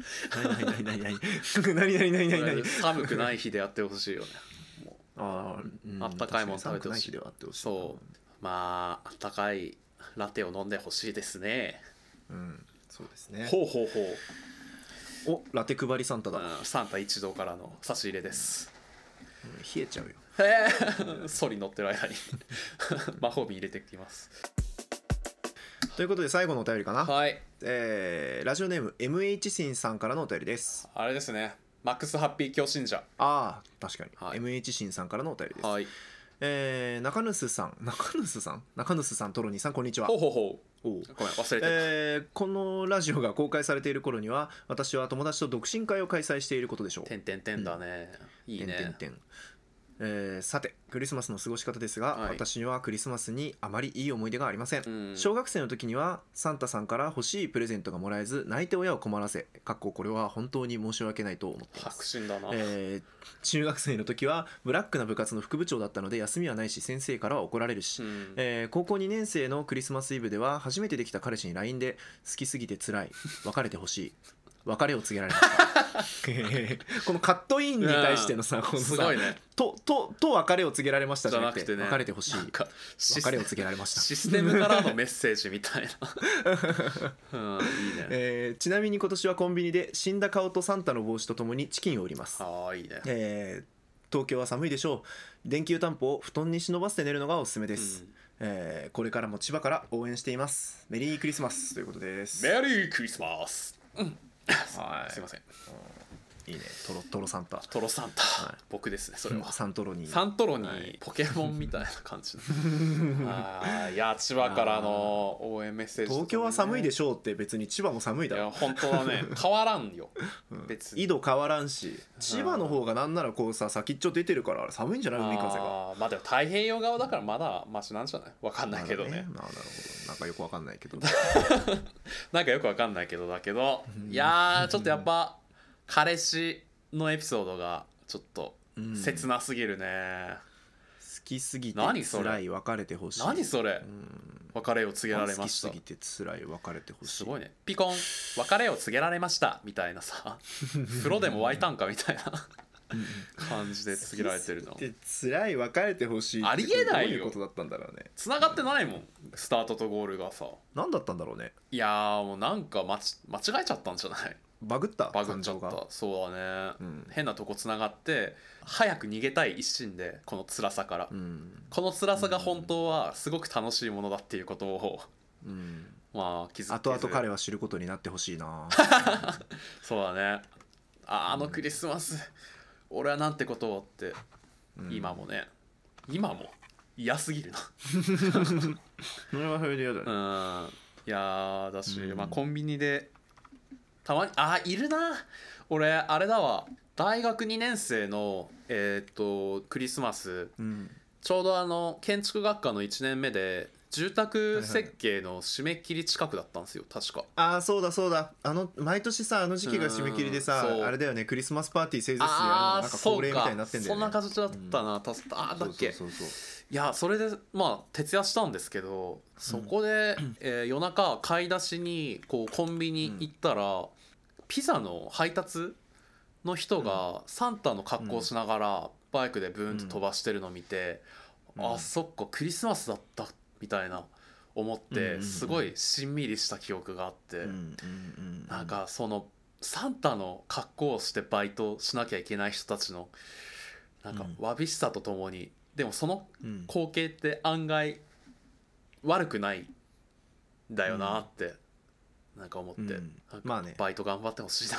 何寒くない日であってほしいよね。あったかいもの食べてほしい。そう、まああったかいラテを飲んでほしいですね。 そうですね。 ほうほうほう。お、ラテ配りサンタだ。 サンタ一同からの差し入れです。 冷えちゃうよ。 ソリ乗ってる間に魔法瓶入れてきます。 ということで最後のお便りかな。 はい。 ラジオネーム MH シンさんからのお便りです。 あれですね、マックスハッピー教信者。 ああ確かに、はい、MH シンさんからのお便りです。はい。中主さんトロニーさんこんにちは。 ほうほうほう。ごめん忘れてた。 このラジオが公開されている頃には私は友達と独身会を開催していることでしょう。 てんてんてんだね、いいね。 さてクリスマスの過ごし方ですが、私にはクリスマスにあまりいい思い出がありません。小学生の時にはサンタさんから欲しいプレゼントがもらえず泣いて親を困らせ、これは本当に申し訳ないと思っています。 白真だな。 中学生の時はブラックな部活の副部長だったので休みはないし先生からは怒られるし、高校2年生のクリスマスイブでは初めてできた彼氏に LINE で好きすぎて辛い、別れてほしい、別れを告げられましたこのカットインに対してのさ、このさ、すごいね、と別れを告げられましたじゃなくて、別れてほしい、別れを告げられました。 システムからのメッセージみたいな、いいね。ちなみに今年はコンビニで死んだ顔とサンタの帽子とともにチキンを売ります。 いいね。 東京は寒いでしょう。電球タンポを布団に忍ばせて寝るのがおすすめです。これからも千葉から応援しています。メリークリスマスということです。 メリークリスマス。はい、すいません。 いいね、トロサンタ。 トロサンタ、はい、僕ですね、それは。 サントロに。 サントロに、はい、ポケモンみたいな感じ。いや、千葉からの応援メッセージ、ね。 東京は寒いでしょうって別に千葉も寒いだろ。 いや、本当はね、変わらんよ。 別に。緯度変わらんし、千葉の方がなんならこうさ、先っちょ出てるからあれ寒いんじゃない、海風が。 まあでも太平洋側だからまだマシなんじゃない？わかんないけどね。 なるほど。なんかよくわかんないけど。 なんかよくわかんないけどだけど、いやーちょっとやっぱ彼氏のエピソードがちょっと切なすぎるね。 好きすぎて辛い、別れてほしい。 何それ、別れを告げられました。 好きすぎて辛い、別れてほしい。 すごいね。ピコン、別れを告げられましたみたいなさ、風呂でも沸いたんかみたいな感じで告げられてるの。 好きすぎて辛い、別れてほしい。 ありえないよ。 どういうことだったんだろうね。 繋がってないもん、スタートとゴールがさ。 何だったんだろうね。 いやーもうなんか間違えちゃったんじゃない？ バグっちゃった。 そうだね、変なとこつながって早く逃げたい一心で、この辛さから、この辛さが本当はすごく楽しいものだっていうことを、まあ気づ後々彼は知ることになってほしいな。 そうだね。あのクリスマス、俺はなんてことをって、今も嫌すぎるな。 それはそれで嫌だね。 いやだし、まあコンビニでたまにいるな。俺あれだわ、大学2年生のクリスマス、ちょうど建築学科の1年目で住宅設計の締め切り近くだったんですよ、確か。 そうだ毎年さ、あの時期が締め切りでさ、あれだよね、クリスマスパーティー製造室でやるのがなんか恒例みたいになってんだよね。 そんな感じだったな、だっけ。いやそれでまあ徹夜したんですけど、そこで、夜中買い出しにこうコンビニ行ったら、ピザの配達の人がサンタの格好しながらバイクでブーンと飛ばしてるのを見て、そっかクリスマスだったみたいな思って、すごいしんみりした記憶があって、なんかそのサンタの格好をしてバイトしなきゃいけない人たちのなんかわびしさとともに、でもその光景って案外悪くないんだよなってなんか思って、 まあね、 バイト頑張ってほしいな。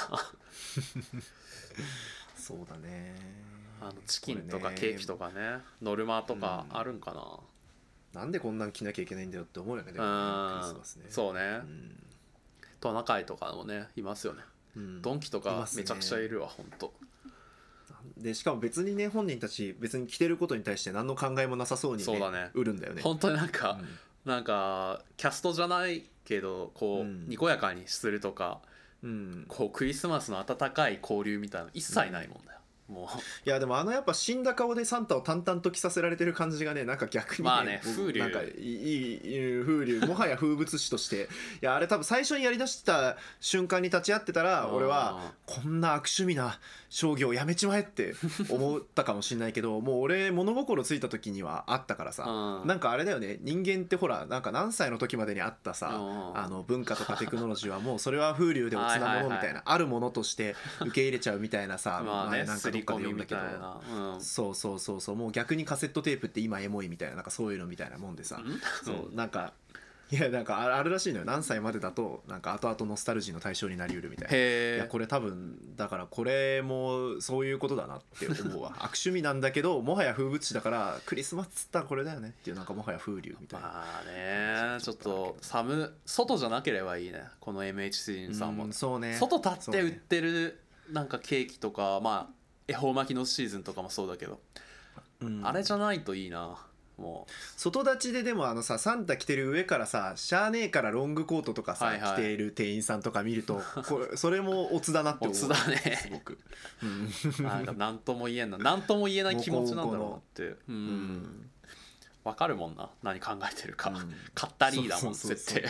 そうだね。 チキンとかケーキとかね、ノルマとかあるんかな。 なんでこんなん着なきゃいけないんだよって思うよね。でもね、クリスマスね。 そうね。トナカイとかもねいますよね。ドンキとかめちゃくちゃいるわ、ほんと。 でしかも別にね本人たち別に着てることに対して何の考えもなさそうにねそうだね売るんだよね。 本当になんか、なんかキャストじゃないけどこう、にこやかにするとか、こうクリスマスの温かい交流みたいなの一切ないもんだよ、もう。 いやでもやっぱ死んだ顔でサンタを淡々と着させられてる感じがねなんか逆にね、 まあね風流なんかいい風流もはや風物詩としていやあれ多分最初にやりだした瞬間に立ち会ってたら俺はこんな悪趣味な商業やめちまえって思ったかもしれないけどもう俺物心ついた時にはあったからさ、なんかあれだよね人間ってほらなんか何歳の時までにあったさ文化とかテクノロジーはもうそれは風流でおつなものみたいなあるものとして受け入れちゃうみたいなさまあねなんかどっかで読んだけどそうもう逆にカセットテープって今エモいみたいななんかそういうのみたいなもんでさそうなんかいやなんかあるらしいのよ何歳までだとなんか後々ノスタルジーの対象になりうるみたいな。いやこれ多分だからこれもそういうことだなって思うわ悪趣味なんだけどもはや風物詩だからクリスマスっつったらこれだよねっていうなんかもはや風流みたいな。 まあねちょっと外じゃなければいいねこの MH3 さんも。 そうね外立って売ってるなんかケーキとかまあ恵方巻きのシーズンとかもそうだけど、あれじゃないといいな。もう外立ちででもさサンタ着てる上からさしゃあねえからロングコートとかさ、着ている店員さんとか見るとそれもオツだなって思う。 オツだねすごくなんか何とも言えんな何とも言えない気持ちなんだろうなってわかるもんな何考えてるか、買ったりだもん絶対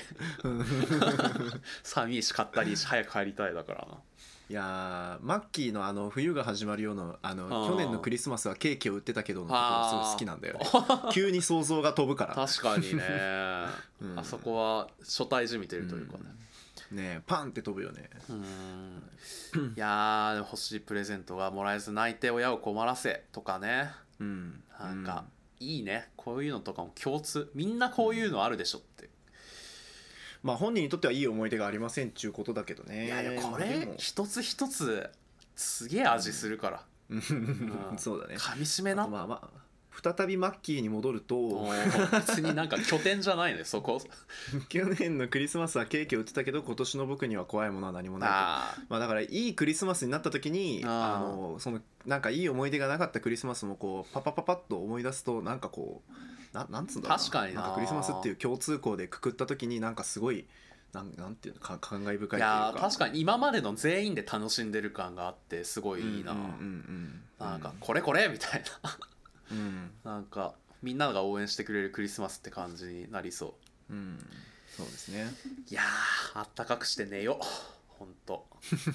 寂しかったり早く帰りたいだからな。 いやマッキーの冬が始まるよの去年のクリスマスはケーキを売ってたけどのところすごい好きなんだよね急に想像が飛ぶから確かにね、あそこは初対じみてるというかね、 ねパンって飛ぶよね。 いやでも欲しいプレゼントがもらえず泣いて親を困らせとかね、なんかいいねこういうのとかも共通みんなこういうのあるでしょって、 まあ本人にとってはいい思い出がありませんっちゅうことだけどね。 いやこれ一つ一つすげえ味するから、 そうだね噛み締めな。 まあ再びマッキーに戻ると別になんか拠点じゃないねそこ去年のクリスマスはケーキを売ってたけど今年の僕には怖いものは何もないと。まあだからいいクリスマスになった時にそのなんかいい思い出がなかったクリスマスもこうパパパパッと思い出すとなんかこうなんつうんだろうな、 確かになんかクリスマスっていう共通項でくくった時になんかすごいなんていうの感慨深いっていうか。 いや確かに今までの全員で楽しんでる感があってすごいいいな。なんかこれみたいななんかみんなが応援してくれるクリスマスって感じになりそう。 そうですね。 いやあったかくして寝よほんと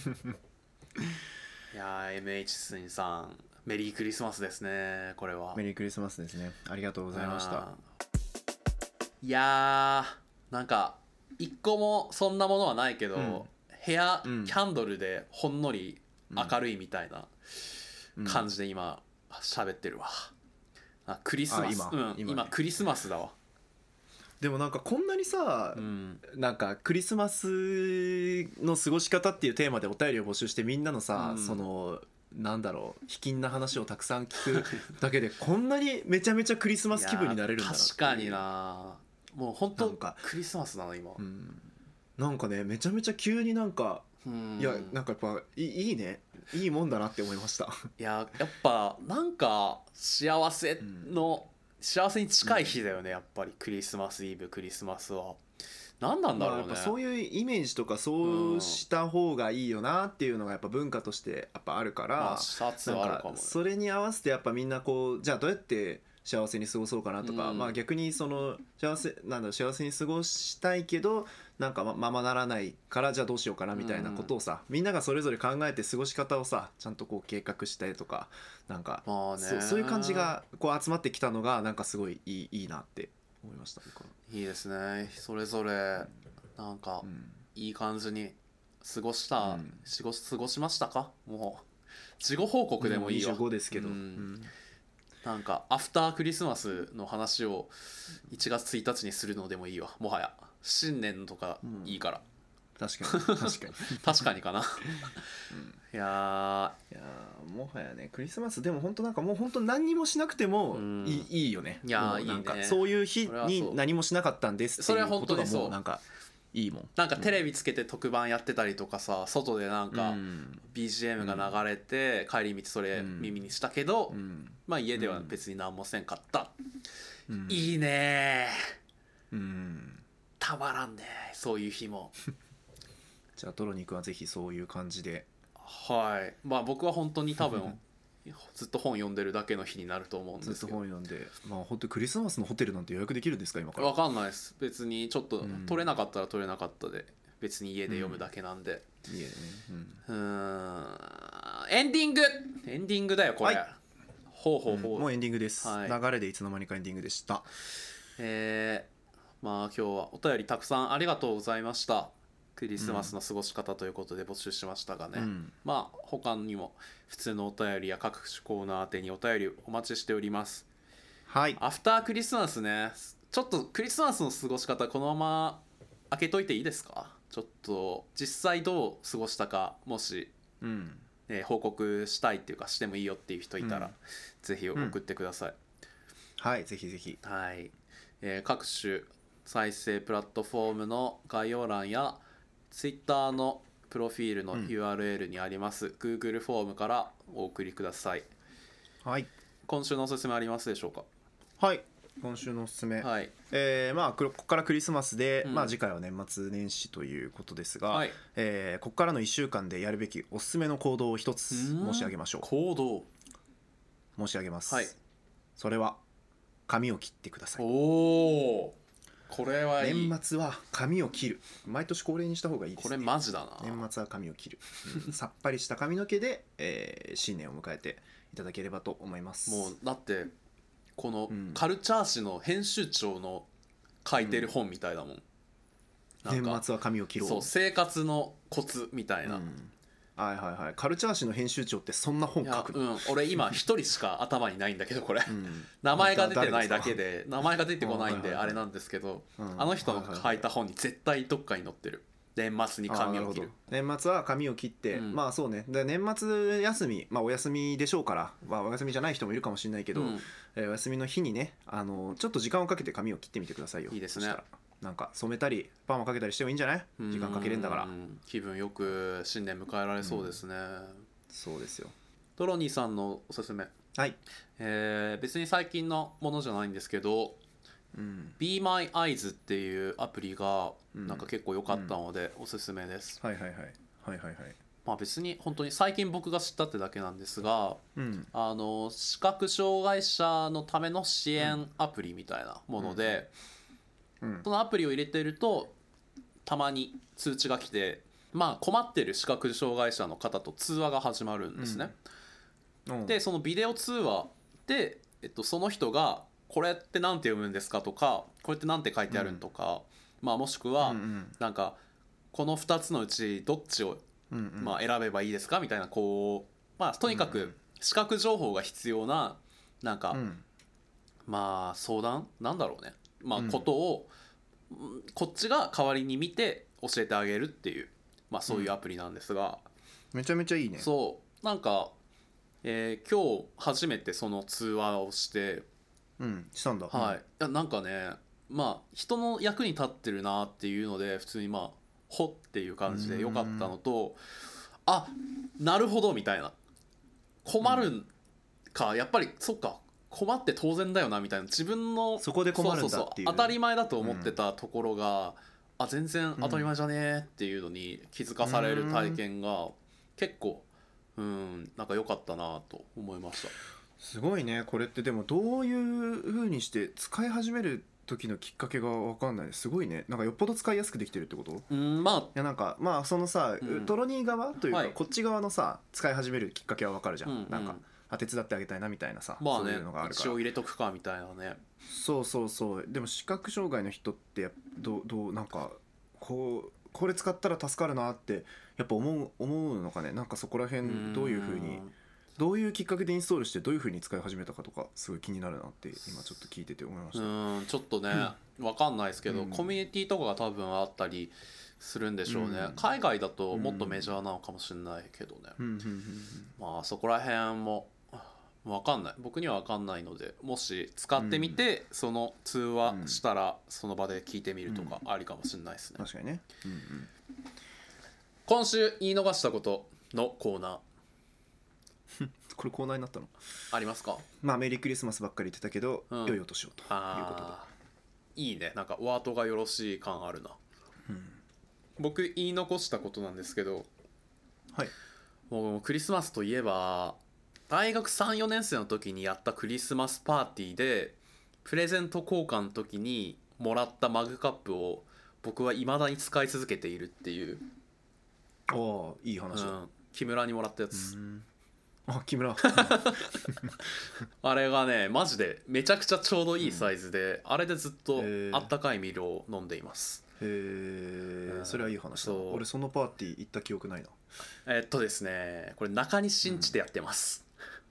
いや MH3 さんメリークリスマスですね。これはメリークリスマスですね。ありがとうございました。 いやなんか一個もそんなものはないけど、部屋、キャンドルでほんのり明るいみたいな感じで今喋ってるわ。クリスマス今クリスマスだわ。 でもなんかこんなにさ、なんかクリスマスの過ごし方っていうテーマでお便りを募集してみんなのさ、そのなんだろう卑近な話をたくさん聞くだけでこんなにめちゃめちちゃクリスマス気分になれるんだな。 確かにな。もう本当クリスマスだな今、 なんかねめちゃめちゃ急になんかいやなんかやっぱいいねいいもんだなって思いました。 いややっぱなんか幸せに近い日だよねやっぱりクリスマスイブクリスマスは。何なんだろうね、 やっぱそういうイメージとかそうした方がいいよなっていうのがやっぱ文化としてやっぱあるから、 シャツはあるかも、 それに合わせてやっぱみんなこうじゃあどうやって幸せに過ごそうかなとか、まあ逆にその幸せに過ごしたいけどなんかままならないからじゃあどうしようかなみたいなことをさ、みんながそれぞれ考えて過ごし方をさちゃんとこう計画したりとかなんか、そういう感じがこう集まってきたのがなんかすごいいいなって思いました。 いいですね。それぞれなんかいい感じに過ごしましたか。もう事後報告でもいいわ。 25ですけど、 なんかアフタークリスマスの話を1月1日にするのでもいいわ。もはや新年とかいいから、 確かに確かにかな、いやもはやねクリスマスでも本当なんかもう本当何にもしなくてもいいよね。 いやいいね。 そういう日に何もしなかったんですっていうことがもうなんかいいもん。 なんかテレビつけて特番やってたりとかさ、外でなんか BGM が流れて帰り道それ耳にしたけど、まあ家では別に何もせんかった、いいねたまらんねそういう日もじゃあトロニー君はぜひそういう感じで。 はい、まあ僕は本当に多分ずっと本読んでるだけの日になると思うんですけど。 ずっと本読んで、まあ本当にクリスマスのホテルなんて予約できるんですか今から。 分かんないです。別にちょっと取れなかったら取れなかったで、別に家で読むだけなんで、 家でね。 エンディングだよこれ、ほうほうほう、 もうエンディングです、 はい、 流れでいつの間にかエンディングでした。 まあ今日はお便りたくさんありがとうございました。クリスマスの過ごし方ということで募集しましたがね、まあ他にも普通のお便りや各種コーナー宛てにお便りお待ちしております。 はい。 アフタークリスマスね、ちょっとクリスマスの過ごし方このまま開けといていいですか。ちょっと実際どう過ごしたかもし、報告したいっていうかしてもいいよっていう人いたら、ぜひ送ってください。 はいぜひぜひ。 はい、各種再生プラットフォームの概要欄や Twitter のプロフィールの URL にあります、Google フォームからお送りください。 はい。 今週のおすすめありますでしょうか。 はい、今週のおすすめ、まあここからクリスマスで、まあ次回は年末年始ということですが、ここからの1週間でやるべきおすすめの行動を一つ申し上げましょう。 行動申し上げます、それは髪を切ってください。 おお、これはいい。 年末は髪を切る、毎年恒例にした方がいいですね。 これマジだな。 年末は髪を切る、さっぱりした髪の毛で、新年を迎えていただければと思います。 もうだってこのカルチャー誌の編集長の書いてる本みたいだもん、 年末は髪を切ろう。 そう生活のコツみたいな、 はいはいはい。カルチャー誌の編集長ってそんな本書くの？ 俺今一人しか頭にないんだけどこれ、名前が出てないだけで、名前が出てこないんであれなんですけど、あの人の書いた本に絶対どっかに載ってる。年末に髪を切る。 年末は髪を切って、まあそうね。で年末休み、まあお休みでしょうから、まあお休みじゃない人もいるかもしれないけど、お休みの日にね、ちょっと時間をかけて髪を切ってみてくださいよ。 いいですね。 なんか染めたりパーマかけたりしてもいいんじゃない？時間かけれんだから。 気分よく新年迎えられそうですね。 そうですよ。 トロニーさんのおすすめ。 はい。 別に最近のものじゃないんですけど、Be My Eyes っていうアプリがなんか結構良かったのでおすすめです。 はいはいはいはいはいはい。 まあ別に本当に最近僕が知ったってだけなんですが、視覚障害者のための支援アプリみたいなもので、そのアプリを入れてるとたまに通知が来て、まあ困ってる視覚障害者の方と通話が始まるんですね。でそのビデオ通話で、その人がこれって何て読むんですかとか、これって何て書いてあるんとか、まあもしくはなんかこの2つのうちどっちをまあ選べばいいですかみたいな、こうまあとにかく視覚情報が必要ななんかまあ相談なんだろうね、まあことをこっちが代わりに見て教えてあげるっていう、まあそういうアプリなんですが、 めちゃめちゃいいね。 そうなんか今日初めてその通話をしてしたんだ。 はい、いやなんかね、まあ人の役に立ってるなっていうので普通にまあほっていう感じでよかったのと、あなるほどみたいな、困るんか、やっぱりそっか困って当然だよなみたいな、自分のそこで困るんだっていう当たり前だと思ってたところが、あ全然当たり前じゃねえっていうのに気づかされる体験が結構なんか良かったなと思いました。 すごいね。これってでもどういう風にして使い始める時のきっかけが分かんない。すごいね。なんかよっぽど使いやすくできてるってこと？ まあいやなんかまあそのさ、トロニー側というか、こっち側のさ使い始めるきっかけは分かるじゃん。なんか手伝ってあげたいなみたいなさ、 まあね、 そういうのがあるから一応入れとくかみたいなね。 そうそうそう。でも視覚障害の人ってどうなんかこれ使ったら助かるなってやっぱ思うのかね。なんかそこら辺どういう風にどういうきっかけでインストールしてどういう風に使い始めたかとかすごい気になるなって今ちょっと聞いてて思いました。 ちょっとね、分かんないですけど、コミュニティとかが多分あったりするんでしょうね。海外だともっとメジャーなのかもしれないけどね、まあそこら辺も分かんない、僕には分かんないので、もし使ってみて、その通話したらその場で聞いてみるとかありかもしれないですね。 確かにね。 今週言い逃したことのコーナーこれコーナーになったのありますか？ まあメリークリスマスばっかり言ってたけど、良いお年をということで。いいね、なんかお後がよろしい感あるな。僕言い残したことなんですけど、 はい、 もうクリスマスといえば大学 3,4 年生の時にやったクリスマスパーティーでプレゼント交換の時にもらったマグカップを僕は未だに使い続けているっていう。 ああ、いい話だ。 木村にもらったやつ。 木村あれがねマジでめちゃくちゃちょうどいいサイズで、あれでずっとあったかいミルを飲んでいます。 へえ、それはいい話だ。俺そのパーティー行った記憶ないな。 ですね、これ中西新地でやってます。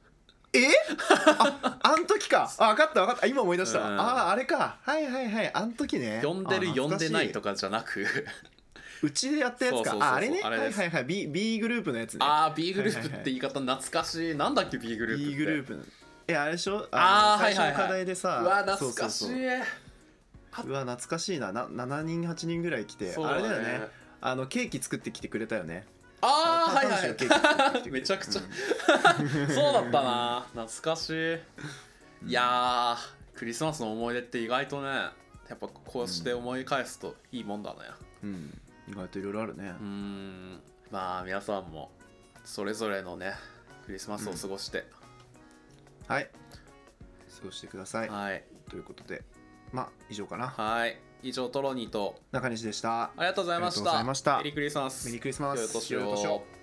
あん時か。分かった今思い出した。あれか。はいあん時ね。 呼んでる呼んでないとかじゃなくうちでやったやつか。あれね。はいB グループのやつね。 B グループって言い方懐かしい。なんだっけ B グループって。 B グループあれでしょ。 最初の課題でさ。 うわ懐かしい。 うわ懐かしいな。7人8人ぐらい来て、あれだよね、ケーキ作ってきてくれたよね。 めちゃくちゃそうだったな、懐かしい。いやクリスマスの思い出って意外とね、やっぱこうして思い返すといいもんだね。 意外といろいろあるね。 まあ皆さんもそれぞれのねクリスマスを過ごして、 はい過ごしてください。 はいということで、まあ以上かな。 はい、以上トロニーと中西でした。 ありがとうございました。メリークリスマス。 メリークリスマス。 良いお年を。